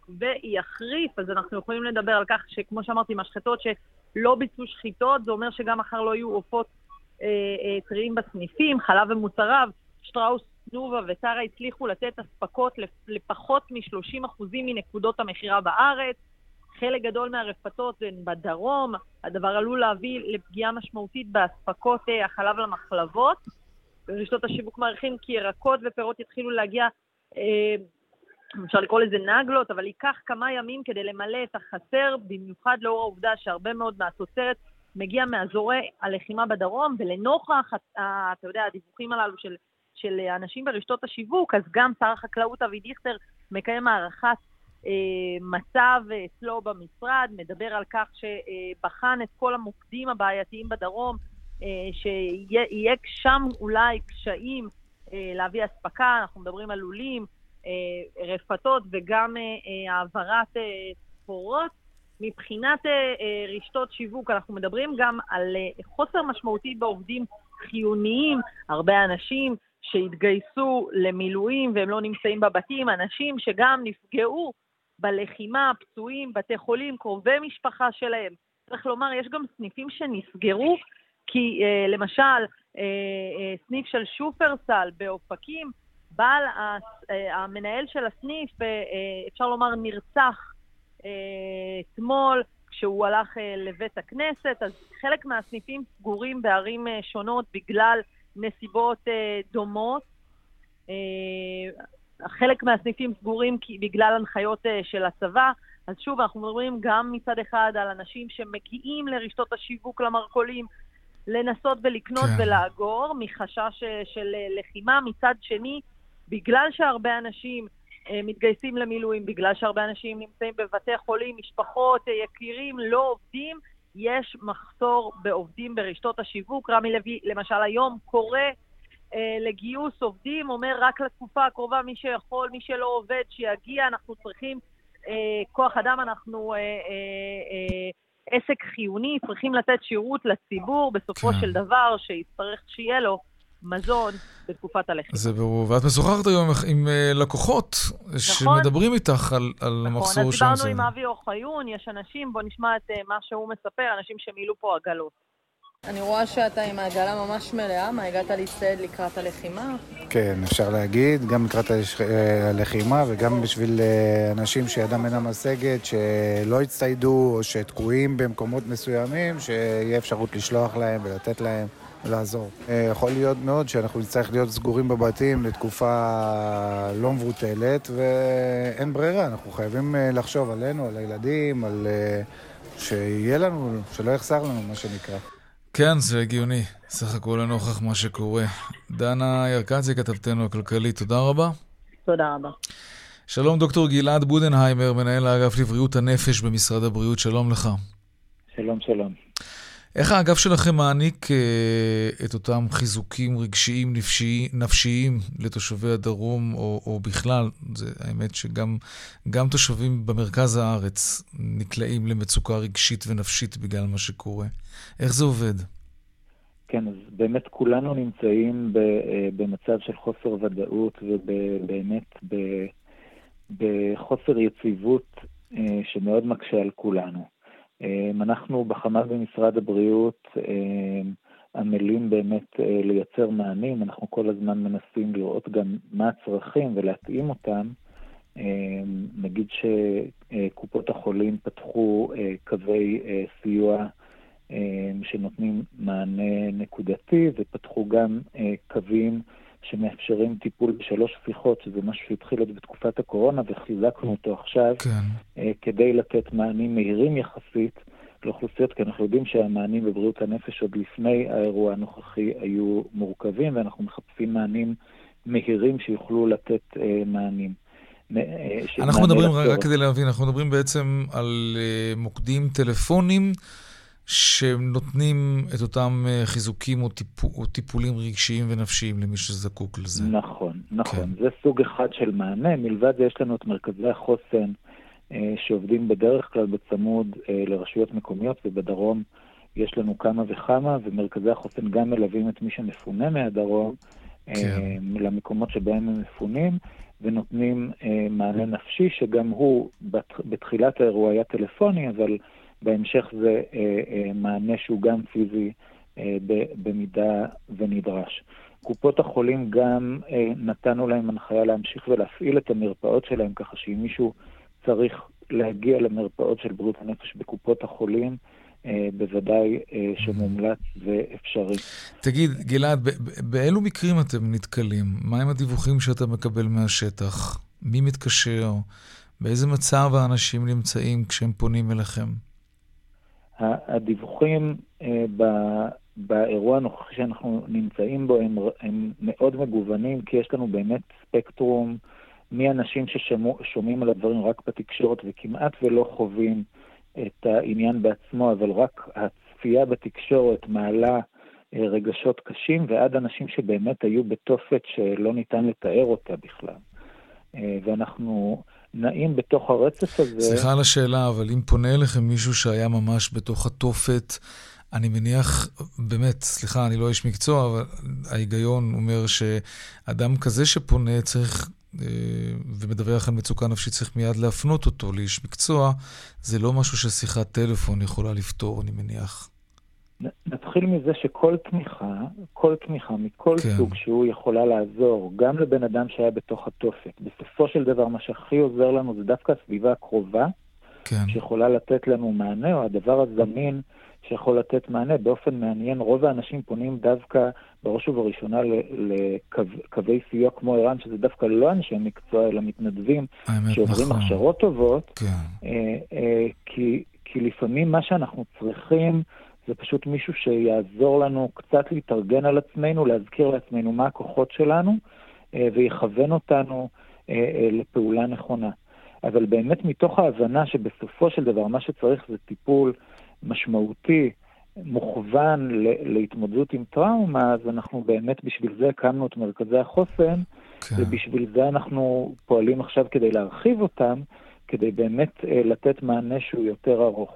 ויחריף, אז אנחנו יכולים לדבר על כך שכמו שאמרתי, משחטות שלא ביצעו שחיטות, זה אומר שגם מחר לא יהיו עופות אה, אה, טריים בסניפים, חלב ומוצריו, שטראוס, נובה וטרה הצליחו לתת הספקות לפחות מ-שלושים אחוזים מנקודות המחירה בארץ. חלק גדול מהרפתות הן בדרום. הדבר עלול להביא לפגיעה משמעותית בהספקות החלב למחלבות. ברשתות השיווק מעריכים כי ירקות ופירות יתחילו להגיע, אה, אפשר לקרוא לזה נגלות, אבל ייקח כמה ימים כדי למלא את החסר, במיוחד לאור העובדה שהרבה מאוד מהתוצרת מגיע מאזורי הלחימה בדרום, ולנוכח, אתה יודע, הדיווחים הללו של של אנשים ברשתות השיווק, אז גם שר החקלאות אבי דיכטר מקיים הערכת אה, מצב אצלו במשרד, מדבר על כך שבחן את כל המוקדים הבעייתיים בדרום, אה, שיהיה שם אולי קשיים אה, להביא הספקה, אנחנו מדברים על לולים, אה, רפתות וגם אה, העברת סחורות. אה, מבחינת אה, אה, רשתות שיווק אנחנו מדברים גם על אה, חוסר משמעותי בעובדים חיוניים, הרבה אנשים שהתגייסו למילואים והם לא נמצאים בבתים, אנשים שגם נפגעו בלחימה, פצועים, בתי חולים, קרובי משפחה שלהם. צריך לומר, יש גם סניפים שנסגרו, כי אה, למשל, אה, אה, סניף של שופרסל באופקים, בעל אה, המנהל של הסניף, אה, אה, אפשר לומר, נרצח אה, אתמול, כשהוא הלך אה, לבית הכנסת, אז חלק מהסניפים סגורים בערים אה, שונות בגלל נסיבות אה, דומות. אה, חלק מהסניפים סגורים כי, בגלל הנחיות אה, של הצבא. אז שוב, אנחנו מדברים גם מצד אחד על אנשים שמגיעים לרשתות השיווק למרקולים, לנסות ולקנות כן. ולאגור, מחשש אה, של אה, לחימה. מצד שני, בגלל שהרבה אנשים אה, מתגייסים למילואים, בגלל שהרבה אנשים נמצאים בבתי חולים, משפחות, אה, יקירים, לא עובדים, יש מחסור בעובדים ברשתות השיווק. רמי לוי, למשל היום, קורא אה, לגיוס עובדים, אומר רק לתקופה הקרובה, מי שיכול, מי שלא עובד, שיגיע, אנחנו צריכים אה, כוח אדם, אנחנו אה, אה, אה, עסק חיוני, צריכים לתת שירות לציבור, בסופו כן. של דבר, שיצטרך שיהיה לו מזון בתקופת הלחימה. זה ברור. ואת משוחחת היום עם לקוחות שמדברים איתך על, על המחסור נכון, אז שם. דיברנו עם אבי אוחיון, יש אנשים, בוא נשמע את מה שהוא מספר, אנשים שמילאו פה עגלות. אני רואה שאתה עם העגלה ממש מלאה, מה, הגעת להצטייד לקראת הלחימה? כן, אפשר להגיד, גם לקראת הלחימה וגם בשביל אנשים שידם אינה משגת, שלא הצטיידו או שתקועים במקומות מסוימים, שיהיה אפשרות לשלוח להם ולתת להם ולעזור. יכול להיות מאוד שאנחנו נצטרך להיות סגורים בבתים לתקופה לא מבוטלת, ואין ברירה, אנחנו חייבים לחשוב עלינו, על הילדים, על שיהיה לנו, שלא יחסר לנו, מה שנקרא. כן, זה הגיוני. סך הכל לנוכח מה שקורה. דנה ירקצי, כתבתנו הכלכלית, תודה רבה. תודה רבה. שלום דוקטור גלעד בודנהיימר, מנהל האגף לבריאות הנפש במשרד הבריאות, שלום לך. שלום, שלום. איך האגף שלכם מעניק אה, את אותם חיזוקים רגשיים נפשיים, נפשיים לתושבי הדרום או, או בכלל? זה האמת שגם גם תושבים במרכז הארץ נקלעים למצוקה רגשית ונפשית בגלל מה שקורה. איך זה עובד? כן, אז באמת כולנו נמצאים במצב של חוסר ודאות ובאמת בחוסר יציבות שמאוד מקשה על כולנו. אנחנו בחמ"ל במשרד הבריאות עמלים באמת לייצר מענים, אנחנו כל הזמן מנסים לראות גם מה הצרכים ולהתאים אותם. נגיד שקופות החולים פתחו קווי סיוע שנותנים מענה נקודתי, ופתחו גם קווים שמאפשרים טיפול בשלוש שיחות, שזה משהו שהתחיל עוד בתקופת הקורונה, וחיזקנו אותו עכשיו, כן. כדי לתת מענים מהירים יחסית לאוכלוסיות, כי אנחנו יודעים שהמענים בבריאות הנפש עוד לפני האירוע הנוכחי היו מורכבים, ואנחנו מחפשים מענים מהירים שיוכלו לתת מענים. אנחנו מדברים, רק כדי להבין, אנחנו מדברים בעצם על מוקדים טלפונים, שנותנים את אותם חיזוקים או, טיפול, או טיפולים רגשיים ונפשיים למי שזקוק לזה. נכון, נכון. כן. זה סוג אחד של מענה. מלבד זה יש לנו את מרכזי החוסן אה, שעובדים בדרך כלל בצמוד אה, לרשויות מקומיות, ובדרום יש לנו כמה וכמה, ומרכזי החוסן גם מלווים את מי שמפונה מהדרום, כן. אה, למקומות שבהם הם מפונים, ונותנים אה, מענה נפשי, שגם הוא בת, בתחילת האירוע היה טלפוני, אבל בהמשך זה אה, אה, מענה שהוא גם פיזי אה, במידה ונדרש. קופות החולים גם אה, נתנו להם הנחיה להמשיך ולהפעיל את המרפאות שלהם, ככה שאם מישהו צריך להגיע למרפאות של בריאות הנפש בקופות החולים, אה, בוודאי אה, שמומלץ ואפשרי. תגיד, גלעד, באילו מקרים אתם נתקלים? מה הם הדיווחים שאתה מקבל מהשטח? מי מתקשר? באיזה מצב האנשים נמצאים כשהם פונים אליכם? הדיווחים באירוע הנוכחי שאנחנו נמצאים בו הם, הם מאוד מגוונים, כי יש לנו באמת ספקטרום מאנשים ששומעים על הדברים רק בתקשורת וכמעט ולא חווים את העניין בעצמו, אבל רק הצפייה בתקשורת מעלה רגשות קשים, ועד אנשים שבאמת היו בתופת שלא ניתן לתאר אותה בכלל. ואנחנו נעים בתוך הרצף הזה. סליחה על השאלה, אבל אם פונה אליכם מישהו שהיה ממש בתוך התופת, אני מניח, באמת, סליחה, אני לא איש מקצוע, אבל ההיגיון אומר שאדם כזה שפונה צריך, ומדווח על מצוקה נפשית, צריך מיד להפנות אותו לאיש מקצוע. זה לא משהו ששיחת טלפון יכולה לפתור, אני מניח. נתחיל מזה שכל תמיכה, כל תמיכה מכל כן. סוג שהוא יכולה לעזור, גם לבן אדם שהיה בתוך התופת. בסופו של דבר, מה שהכי עוזר לנו זה דווקא הסביבה הקרובה, כן. שיכולה לתת לנו מענה, או הדבר הזמין שיכול לתת מענה. באופן מעניין, רוב האנשים פונים דווקא בראש ובראשונה לקווי סיוע כמו איראן, שזה דווקא לא אנשי מקצוע, אלא מתנדבים שעוברים נכון. הכשרות טובות, כן. אה, אה, כי, כי לפעמים מה שאנחנו צריכים זה פשוט מישהו שיעזור לנו קצת להתארגן על עצמנו, להזכיר לעצמנו מה הכוחות שלנו, ויכוון אותנו לפעולה נכונה. אבל באמת מתוך ההבנה שבסופו של דבר מה שצריך זה טיפול משמעותי, מוכוון להתמודדות עם טראומה, אז אנחנו באמת בשביל זה הקמנו את מרכזי החוסן, כן. ובשביל זה אנחנו פועלים עכשיו כדי להרחיב אותם, כדי באמת לתת מענה שהוא יותר ארוך.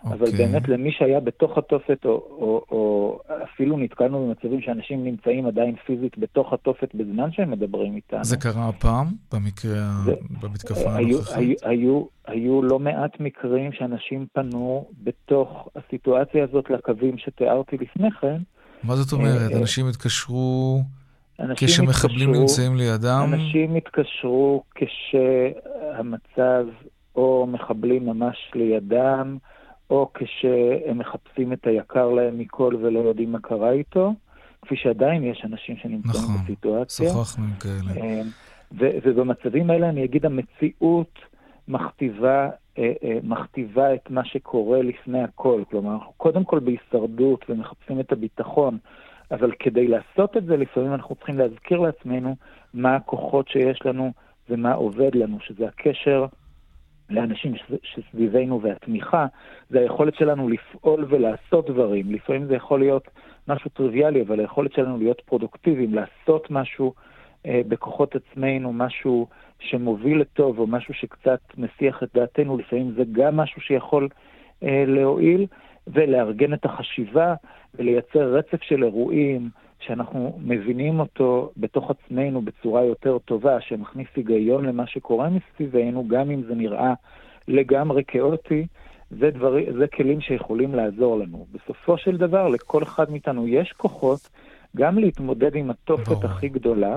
אבל באמת למי שהיה בתוך התופת, או, או, או אפילו נתקלנו במצבים שאנשים נמצאים עדיין פיזית בתוך התופת בזמן שהם מדברים איתנו. זה קרה הפעם, במקרה, זה, במתקפה היו, הנוכחית? היו, היו, היו לא מעט מקרים שאנשים פנו בתוך הסיטואציה הזאת לקווים שתיארתי לפני כן. מה זאת אומרת? אנשים התקשרו כשמחבלים נמצאים לידם? אנשים התקשרו כשהמצב או מחבלים ממש לידם, או כשהם מחפשים את היקר להם מכל ולא יודעים מה קרה איתו, כפי שעדיין יש אנשים שנמצאים נכון, בסיטואציה. נכון, שוחחנו עם כאלה. ו- ובמצבים האלה אני אגיד, המציאות מכתיבה, מכתיבה את מה שקורה לפני הכל. כלומר, קודם כל בהישרדות ומחפשים את הביטחון, אבל כדי לעשות את זה, לפעמים אנחנו צריכים להזכיר לעצמנו מה הכוחות שיש לנו ומה עובד לנו, שזה הקשר לאנשים שסביבנו והתמיכה, זה היכולת שלנו לפעול ולעשות דברים. לפעמים זה יכול להיות משהו טריוויאלי, אבל היכולת שלנו להיות פרודוקטיביים, לעשות משהו אה, בכוחות עצמנו, משהו שמוביל לטוב, או משהו שקצת מסיח את דעתנו, לפעמים זה גם משהו שיכול אה, להועיל, ולארגן את החשיבה, ולייצר רצף של אירועים, שאנחנו מבינים אותו בתוך עצמנו בצורה יותר טובה, שמכניס היגיון למה שקורה מסביבנו, גם אם זה נראה לגמרי כאוטי, זה, דבר, זה כלים שיכולים לעזור לנו. בסופו של דבר, לכל אחד מאיתנו יש כוחות, גם להתמודד עם התופת הכי גדולה,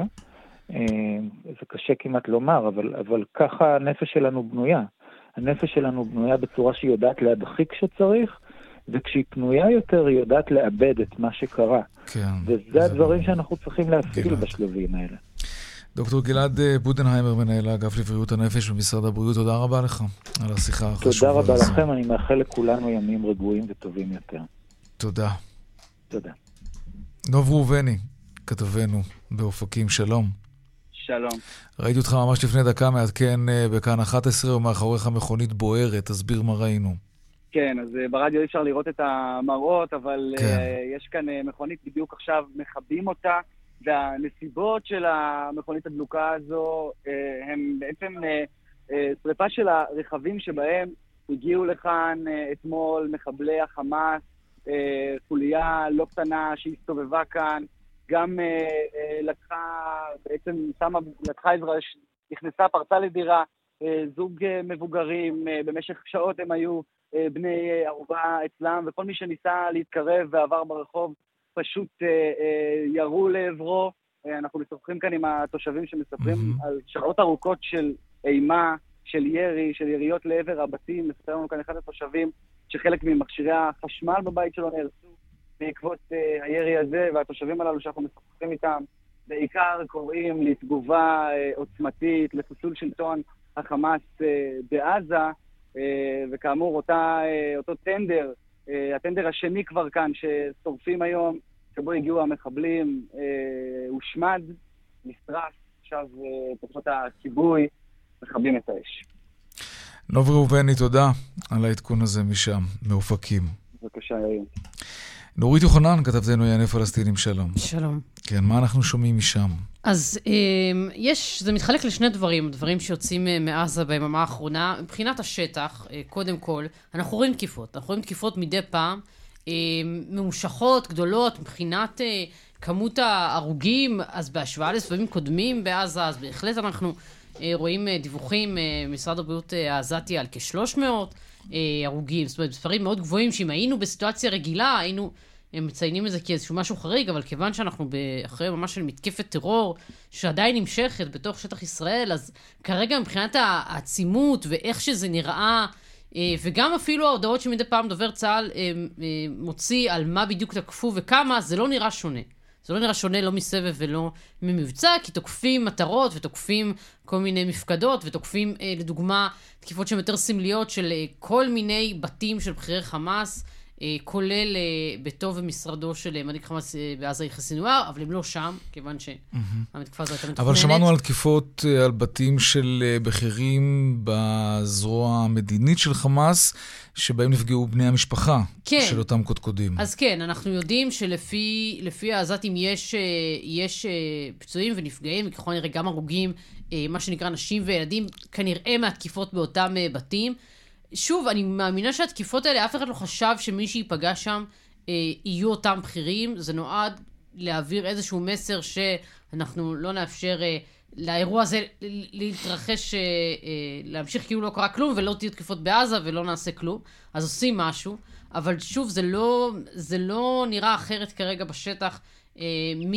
זה קשה כמעט לומר, אבל, אבל ככה הנפש שלנו בנויה. הנפש שלנו בנויה בצורה שהיא יודעת להדחיק כשצריך, וכשהיא פנויה יותר היא יודעת לאבד את מה שקרה. כן. וזה הדברים שאנחנו צריכים להפעיל בשלבים האלה. דוקטור גלעד בודנהיימר, מנהל האגף לבריאות הנפש במשרד הבריאות, תודה רבה לך על השיחה החשובה. תודה רבה לכם, אני מאחל לכולנו ימים רגועים וטובים יותר. תודה. תודה. נוב ראובני, כתבנו באופקים, שלום. שלום. ראיתי אותך ממש לפני דקה מעדכן בכאן אחת עשרה, ומאחוריך מכונית בוערת, תסביר מה ראינו. כן, אז ברדיו אי אפשר לראות את המראות, אבל כן. uh, יש כאן uh, מכונית, בדיוק עכשיו מכבים אותה, והנסיבות של המכונית הדלוקה הזו uh, הם בעצם uh, uh, שריפה של הרכבים שבהם הגיעו לכאן uh, אתמול מחבלי החמאס, uh, חוליה לא קטנה שהסתובבה כאן, גם uh, uh, לקחה, בעצם שמה, לקחה עזרה, נכנסה, פרצה לדירה, uh, זוג uh, מבוגרים, uh, במשך שעות הם היו בני ערובה אצלם, וכל מי שניסה להתקרב ועבר ברחוב פשוט אה, אה, ירו לעברו. אה, אנחנו משוחחים כאן עם התושבים שמספרים mm-hmm. על שעות ארוכות של אימה, של ירי, של יריות לעבר הבתים. מספר לנו כאן אחד התושבים שחלק ממכשירי החשמל בבית שלו נהרסו בעקבות אה, הירי הזה, והתושבים הללו שאנחנו משוחחים איתם בעיקר קוראים לתגובה אה, עוצמתית, לחיסול שלטון החמאס אה, בעזה, וכאמור, אותה, אותו טנדר, הטנדר השני כבר כאן, ששורפים היום, שבו הגיעו המחבלים, הושמד, נשרף, עכשיו פחות הכיבוי, מכבים את האש. נוב ראובני, תודה על העדכון הזה משם, מאופקים. בבקשה, יאיר. נורית יוחנן, כתבתנו יעני פלסטינים, שלום. שלום. כן, מה אנחנו שומעים משם? אז יש, זה מתחלק לשני דברים, דברים שיוצאים מעזה ביממה האחרונה. מבחינת השטח, קודם כל, אנחנו רואים תקיפות. אנחנו רואים תקיפות מדי פעם, ממושכות, גדולות, מבחינת כמות ההרוגים, אז בהשוואה לסבבים קודמים בעזה, אז בהחלט אנחנו רואים דיווחים, משרד הבריאות העזתי על כ-שלוש מאות הרוגים, זאת אומרת, מספרים מאוד גבוהים, שאם היינו בסיטואציה רגילה, היינו מציינים את זה כאיזשהו משהו חריג, אבל כיוון שאנחנו אחרי ממש של מתקפת טרור, שעדיין נמשכת בתוך שטח ישראל, אז כרגע מבחינת העצימות ואיך שזה נראה, וגם אפילו ההודעות שמדי פעם דובר צה"ל מוציא על מה בדיוק תקפו וכמה, זה לא נראה שונה. זה לא נראה שונה לא מסבב ולא ממבצע, כי תוקפים מטרות ותוקפים כל מיני מפקדות, ותוקפים אה, לדוגמה תקיפות שהן יותר סמליות של אה, כל מיני בתים של בכירי חמאס, אה, כולל אה, ביתו ומשרדו של מנהיג חמאס אה, בעזה יחיא סנוואר, אבל הם לא שם, כיוון שהמתקפה הזו הייתה מתוכננת. אבל שמענו על תקיפות על בתים של בכירים בזרוע המדינית של חמאס, שבהם נפגעו בני המשפחה כן. של אותם קודקודים. אז כן, אנחנו יודעים שלפי לפי העזתים יש, יש פצועים ונפגעים, וככל נראה גם הרוגים, מה שנקרא נשים וילדים, כנראה מהתקיפות באותם בתים. שוב, אני מאמינה שהתקיפות האלה, אף אחד לא חשב שמי שיפגע שם אה, יהיו אותם בכירים. זה נועד להעביר איזשהו מסר שאנחנו לא נאפשר אה, לאירוע הזה להתרחש, אה, אה, להמשיך כאילו לא קרה כלום, ולא תהיו תקיפות בעזה ולא נעשה כלום. אז עושים משהו. אבל שוב, זה לא, זה לא נראה אחרת כרגע בשטח, אה,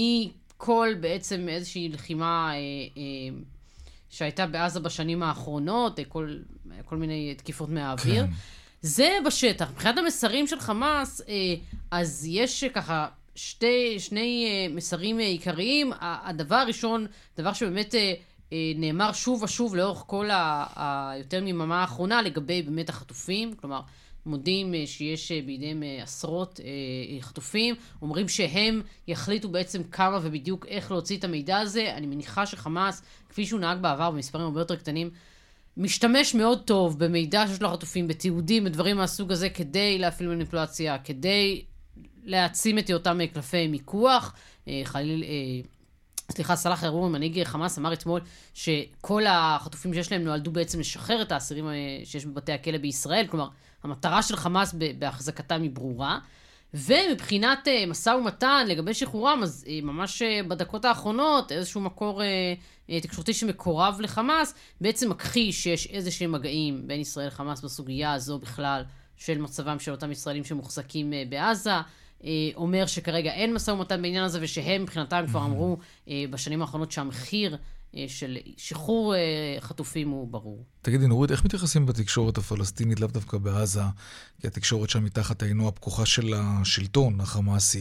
מכל בעצם איזושהי לחימה אה, אה, שהייתה בעזה בשנים האחרונות, אה, כל, כל מיני תקיפות מהאוויר. כן. זה בשטח. מבחינת המסרים של חמאס, אה, אז יש ככה שתי, שני אה, מסרים אה, עיקריים. הדבר הראשון, דבר שבאמת אה, אה, נאמר שוב ושוב לאורך כל ה, היותר מממה האחרונה, לגבי באמת החטופים, כלומר, מודים שיש בידיהם עשרות חטופים, אומרים שהם יחליטו בעצם כמה ובדיוק איך להוציא את המידע הזה. אני מניחה שחמאס, כפי שהוא נהג בעבר במספרים הרבה יותר קטנים, משתמש מאוד טוב במידע שיש לו חטופים, בתיעודים, בדברים מהסוג הזה, כדי להפעיל מניפולציה, כדי להעצים את אותם קלפי מיקוח. חליל... סליחה, סלאח אל-עארורי, מנהיג חמאס, אמר אתמול שכל החטופים שיש להם נועדו בעצם לשחרר את האסירים שיש בבתי הכלא בישראל, כלומר, המטרה של חמאס בהחזקתם היא ברורה, ומבחינת משא ומתן לגבי שחרורם, אז ממש בדקות האחרונות, איזשהו מקור תקשורתי שמקורב לחמאס, בעצם מכחיש שיש איזה שהם מגעים בין ישראל לחמאס בסוגיה הזו בכלל, של מצבם של אותם ישראלים שמוחזקים בעזה, אומר שכרגע אין משא ומתן בעניין הזה, ושהם מבחינתם כבר אמרו בשנים האחרונות שהמחיר של שחרור חטופים הוא ברור. תגידי, נורית, איך מתייחסים בתקשורת הפלסטינית, לאו דווקא בעזה, כי התקשורת שם מתחת העינו הפקוחה של השלטון החמאסי,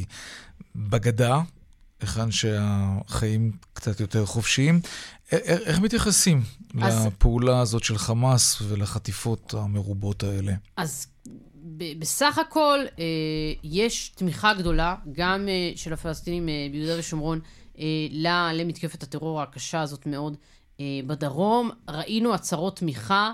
בגדה, היכן שהחיים קצת יותר חופשיים, איך מתייחסים אז... לפעולה הזאת של חמאס ולחטיפות המרובות האלה? אז בסך הכל יש תמיכה גדולה, גם של הפלסטינים ביהודה ושומרון, למתקפת הטרור הקשה הזאת מאוד בדרום. ראינו הצהרות תמיכה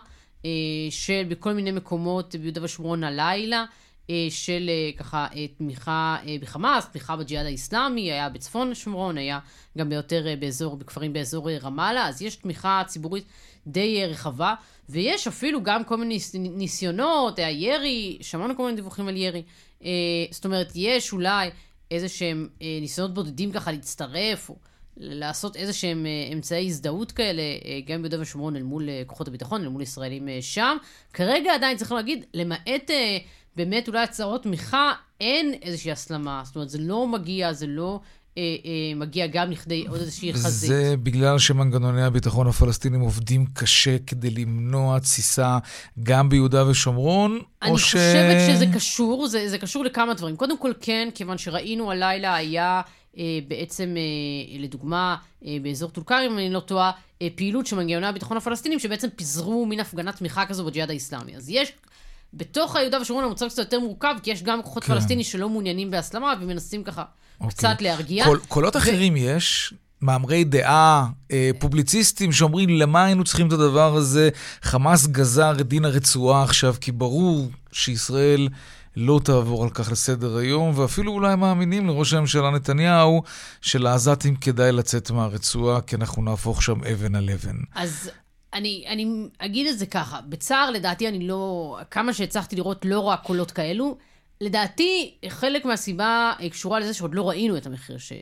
של בכל מיני מקומות ביהודה ושומרון הלילה, של ככה תמיכה בחמאס, תמיכה בג'יהאד האסלאמי, היה בצפון שומרון, היה גם ביותר באזור, בכפרים באזור רמאללה, אז יש תמיכה ציבורית די רחבה, ויש אפילו גם כל מיני ניסיונות, היה ירי, שמענו כל מיני דיווחים על ירי, זאת אומרת, יש אולי איזה שהם ניסיונות בודדים ככה להצטרף, או לעשות איזה שהם אמצעי הזדהות כאלה, גם ביהודה ושומרון אל מול כוחות הביטחון, אל מול ישראלים שם. כרגע עדיין צריך להגיד, למעט באמת אולי הצהרות תמיכה, אין איזושהי הסלמה. זאת אומרת, זה לא מגיע, זה לא אה, אה, מגיע גם לכדי עוד איזושהי חזית. זה בגלל שמנגנוני הביטחון הפלסטינים עובדים קשה כדי למנוע תסיסה גם ביהודה ושומרון, אני או ש... חושבת שזה קשור, זה, זה קשור לכמה דברים. קודם כל כן, כיוון שראינו הלילה היה אה, בעצם, אה, לדוגמה, אה, באזור טול כרם, אם אני לא טועה, אה, פעילות של מנגנוני הביטחון הפלסטינים, שבעצם פיזרו מין הפגנת תמיכה כזו בג'יהאד האסלאמי. אז יש... בתוך היהודה ושומרון המצב קצת יותר מורכב, כי יש גם כוחות כן. פלסטיני שלא מעוניינים בהסלמה, ומנסים ככה אוקיי. קצת להרגיע. קול, קולות ו... אחרים יש, מאמרי דעה, אה, פובליציסטים שאומרים למה היינו צריכים את הדבר הזה, חמאס גזר את דין הרצועה עכשיו, כי ברור שישראל לא תעבור על כך לסדר היום, ואפילו אולי מאמינים לראש הממשלה נתניהו, שלעזתים כדאי לצאת מהרצועה, כי אנחנו נהפוך שם אבן על אבן. אז... אני, אני אגיד את זה ככה, בצער לדעתי אני לא, כמה שהצלחתי לראות לא רואה קולות כאלו, לדעתי חלק מהסיבה קשורה לזה שעוד לא ראינו את המחיר ש...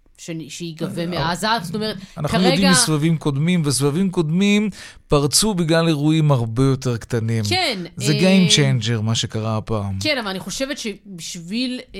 שיגבה מעזה, זאת אומרת, אנחנו כרגע... יודעים מסבבים קודמים, וסבבים קודמים פרצו בגלל אירועים הרבה יותר קטנים. כן. זה אה... game changer, מה שקרה הפעם. כן, אבל אני חושבת שבשביל אה,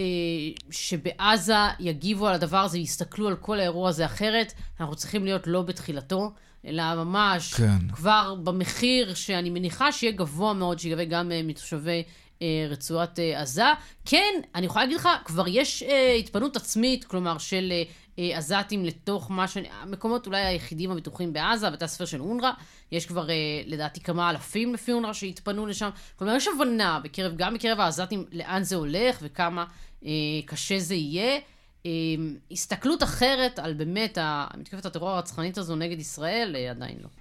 שבעזה יגיבו על הדבר הזה, יסתכלו על כל האירוע הזה אחרת, אנחנו צריכים להיות לא בתחילתו, אלא ממש כן. כבר במחיר שאני מניחה שיהיה גבוה מאוד, שיגבה גם אה, מתושבי אה, רצועת אה, עזה. כן, אני יכולה להגיד לך, כבר יש אה, התפנות עצמית, כלומר של... אה, עזתים לתוך מה ש... המקומות אולי היחידים הבטוחים בעזה, בתי הספר של אונר"א, יש כבר לדעתי כמה אלפים לפי אונר"א שהתפנו לשם, כלומר יש הבנה בקרב, גם בקרב העזתים לאן זה הולך וכמה אה, קשה זה יהיה, אה, הסתכלות אחרת על באמת המתקפת הטרור הרצחנית הזו נגד ישראל, אה, עדיין לא.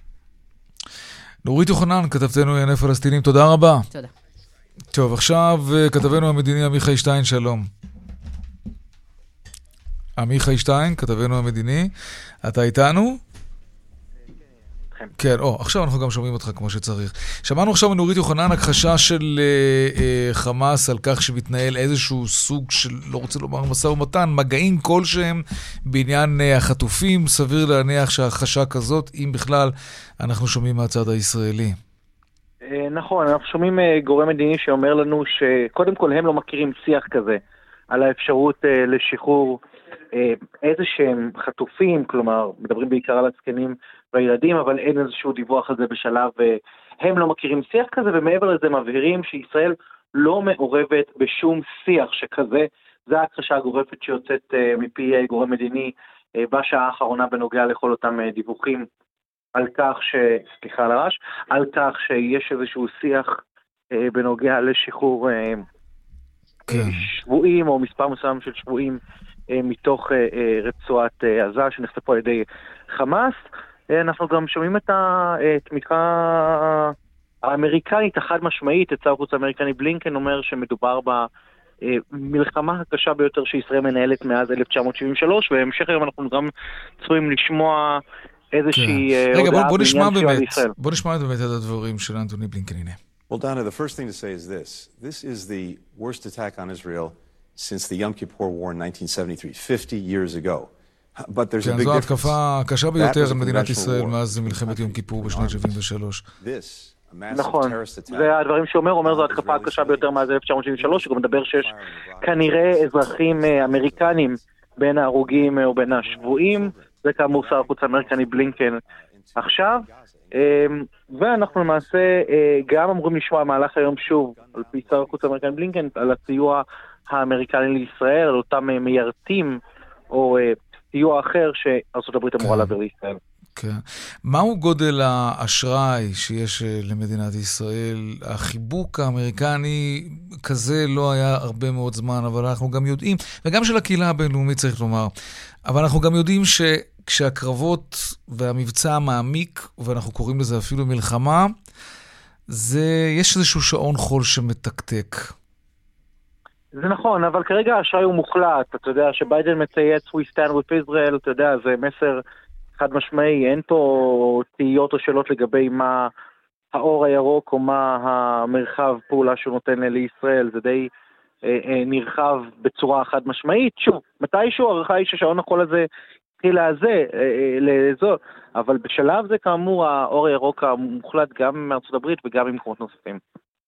נורית יוחנן, כתבתנו לענייני פלסטינים, תודה רבה. תודה. טוב, עכשיו כתבנו המדיני עמיחי שטיין, שלום. עמיחי שטיין, כתבנו המדיני, אתה איתנו? כן, לכם. כן, או, עכשיו אנחנו גם שומעים אותך כמו שצריך. שמענו עכשיו מנורית יוחנן הכחשה של אה, אה, חמאס על כך שמתנהל איזשהו סוג של, לא רוצה לומר משא ומתן, מגעים כלשהם בעניין אה, החטופים. סביר להניח שהכחשה כזאת, אם בכלל, אנחנו שומעים מהצד הישראלי. נכון, אנחנו שומעים גורם מדיני שאומר לנו שקודם כל הם לא מכירים שיח כזה על האפשרות לשחרור איזה שהם חטופים, כלומר מדברים בעיקר על הזקנים והילדים, אבל אין איזשהו דיווח על זה בשלב, הם לא מכירים שיח כזה, ומעבר לזה מבהירים שישראל לא מעורבת בשום שיח שכזה. זה ההכחשה הגורפת שיוצאת מפי גורם מדיני בשעה האחרונה בנוגע לכל אותם דיווחים על כך ש... סליחה על הרעש, על כך שיש איזשהו שיח אה, בנוגע לשחרור אה, כן. שבועים או מספר מסוים של שבועים אה, מתוך אה, אה, רצועת אה, עזה שנחטפו על ידי חמאס. אה, אנחנו גם שומעים את התמיכה האמריקנית החד משמעית. את שר החוץ האמריקני בלינקן אומר שמדובר במלחמה הקשה ביותר שישראל מנהלת מאז אלף תשע מאות שבעים ושלוש, ובהמשך היום אנחנו גם צפויים לשמוע איזושהי הודעה בעניין של ישראל. בוא נשמע באמת את הדברים של אנטוני בלינקן. הנה. Well, Donna, the first thing to say is this. This is the worst attack on Israel since the Yom Kippur War in nineteen seventy-three, fifty years ago. But there's a big difference. זו התקפה קשה ביותר על מדינת ישראל מאז מלחמת יום כיפור בשנת שבעים ושלוש. נכון, זה הדברים שאומר, אומר זו התקפה הקשה ביותר מאז אלף תשע מאות שבעים ושלוש, שגם מדבר שיש כנראה אזרחים אמריקנים בין ההרוגים או בין השבויים. זה כאמור שר החוץ האמריקני בלינקן עכשיו, ואנחנו למעשה גם אמורים לשמוע מהלך היום שוב על פי שר החוץ האמריקני בלינקן על הסיוע האמריקני לישראל, על אותם מיירטים או סיוע אחר שארצות הברית אמורה להעביר לישראל. כן. מהו גודל האשראי שיש למדינת ישראל? החיבוק האמריקני כזה לא היה הרבה מאוד זמן, אבל אנחנו גם יודעים, וגם של הקהילה הבינלאומית צריך לומר, אבל אנחנו גם יודעים שכשהקרבות והמבצע מעמיק, ואנחנו קוראים לזה אפילו מלחמה, זה, יש איזשהו שעון חול שמתקתק. זה נכון, אבל כרגע האשראי הוא מוחלט. אתה יודע שביידן מצייץ We stand with Israel, אתה יודע, זה מסר חד משמעי, אין פה תהיות או שאלות לגבי מה האור הירוק או מה המרחב פעולה שהוא נותן לישראל, זה די אה, אה, נרחב בצורה חד משמעית. שוב, מתישהו הערכה היא ששעון החול הזה התחיל לזה, אה, אה, לאזור, אבל בשלב זה כאמור האור הירוק המוחלט גם מארצות הברית וגם ממקומות נוספים.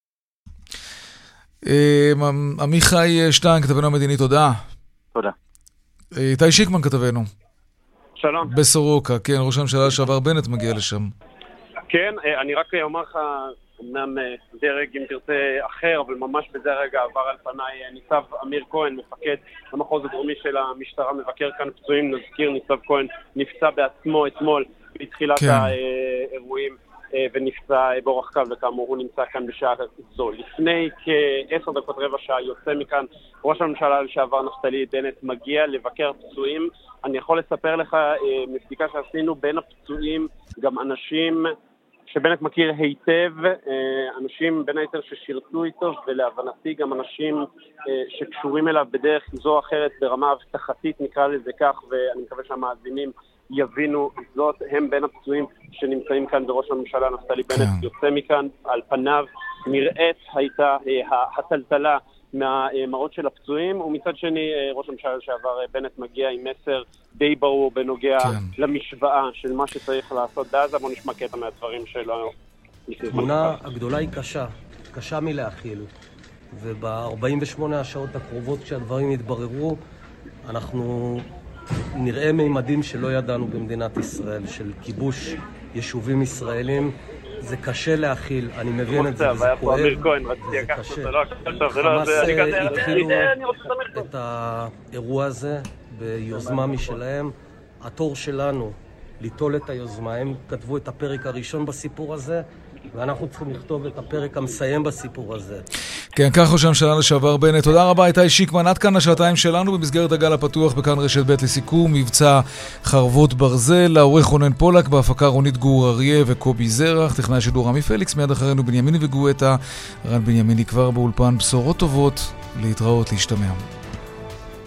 עמיחי שטיין, כתבנו המדיני, תודה. תודה. איתי שיקמן כתבנו. שלום. בסורוקה, כן, ראש הממשלה שעבר בנט מגיע לשם. כן, אני רק אומר לך, אמנם דרג אם תרצה אחר, אבל ממש בזה הרגע עבר על פניי ניצב אמיר כהן, מפקד המחוז הדרומי של המשטרה, מבקר כאן פצועים. נזכיר, ניצב כהן נפצע בעצמו אתמול בתחילת כן. האירועים ונפצע באורח קל, וכאמור הוא נמצא כאן בשעה זו. לפני כעשר דקות רבע שעה יוצא מכאן ראש הממשלה לשעבר נפתלי בנט, מגיע לבקר פצועים. אני יכול לספר לך מבדיקה שעשינו בין הפצועים גם אנשים שבנט מכיר היטב, אנשים בין היתר ששירתו איתו, ולהבנתי גם אנשים שקשורים אליו בדרך זו או אחרת ברמה הבטחתית, נקרא לזה כך, ואני מקווה שהמאזינים יבינו זאת. הם בין הפצועים שנמצאים כאן בראש הממשלה נפתלי בנט יוצא מכאן. על פניו נראית הייתה הטלטלה מהמראות של הפצועים, ומצד שני ראש הממשלה לשעבר בנט מגיע עם מסר די ברור בנוגע כן. למשוואה של מה שצריך לעשות בעזה. בוא נשמע קטע מהדברים שלו. התמונה הגדולה היא קשה, קשה מלהכיל, וב-ארבעים ושמונה השעות הקרובות כשהדברים יתבררו אנחנו נראה מימדים שלא ידענו במדינת ישראל, של כיבוש יישובים ישראלים. זה קשה להכיל, אני מבין את זה, וזה כואב, וזה קשה. חמאס התחילו את האירוע הזה ביוזמה משלהם. התור שלנו ליטול את היוזמה. הם כתבו את הפרק הראשון בסיפור הזה, ואנחנו צריכים לכתוב את הפרק המסיים בסיפור הזה. כן, כך ראש הממשלה לשעבר בנט. תודה רבה, איתי שיקמן. עד כאן השעתיים שלנו במסגרת הגל הפתוח בכאן רשת ב'. לסיכום, מבצע חרבות ברזל, העורך רונן פולק, בהפקה רונית גור אריה וקובי זרח, טכנאי שידור רמי פליקס, מיד אחרינו בנימיני וגואטה, רן בנימיני כבר באולפן. בשורות טובות, להתראות, להשתמע.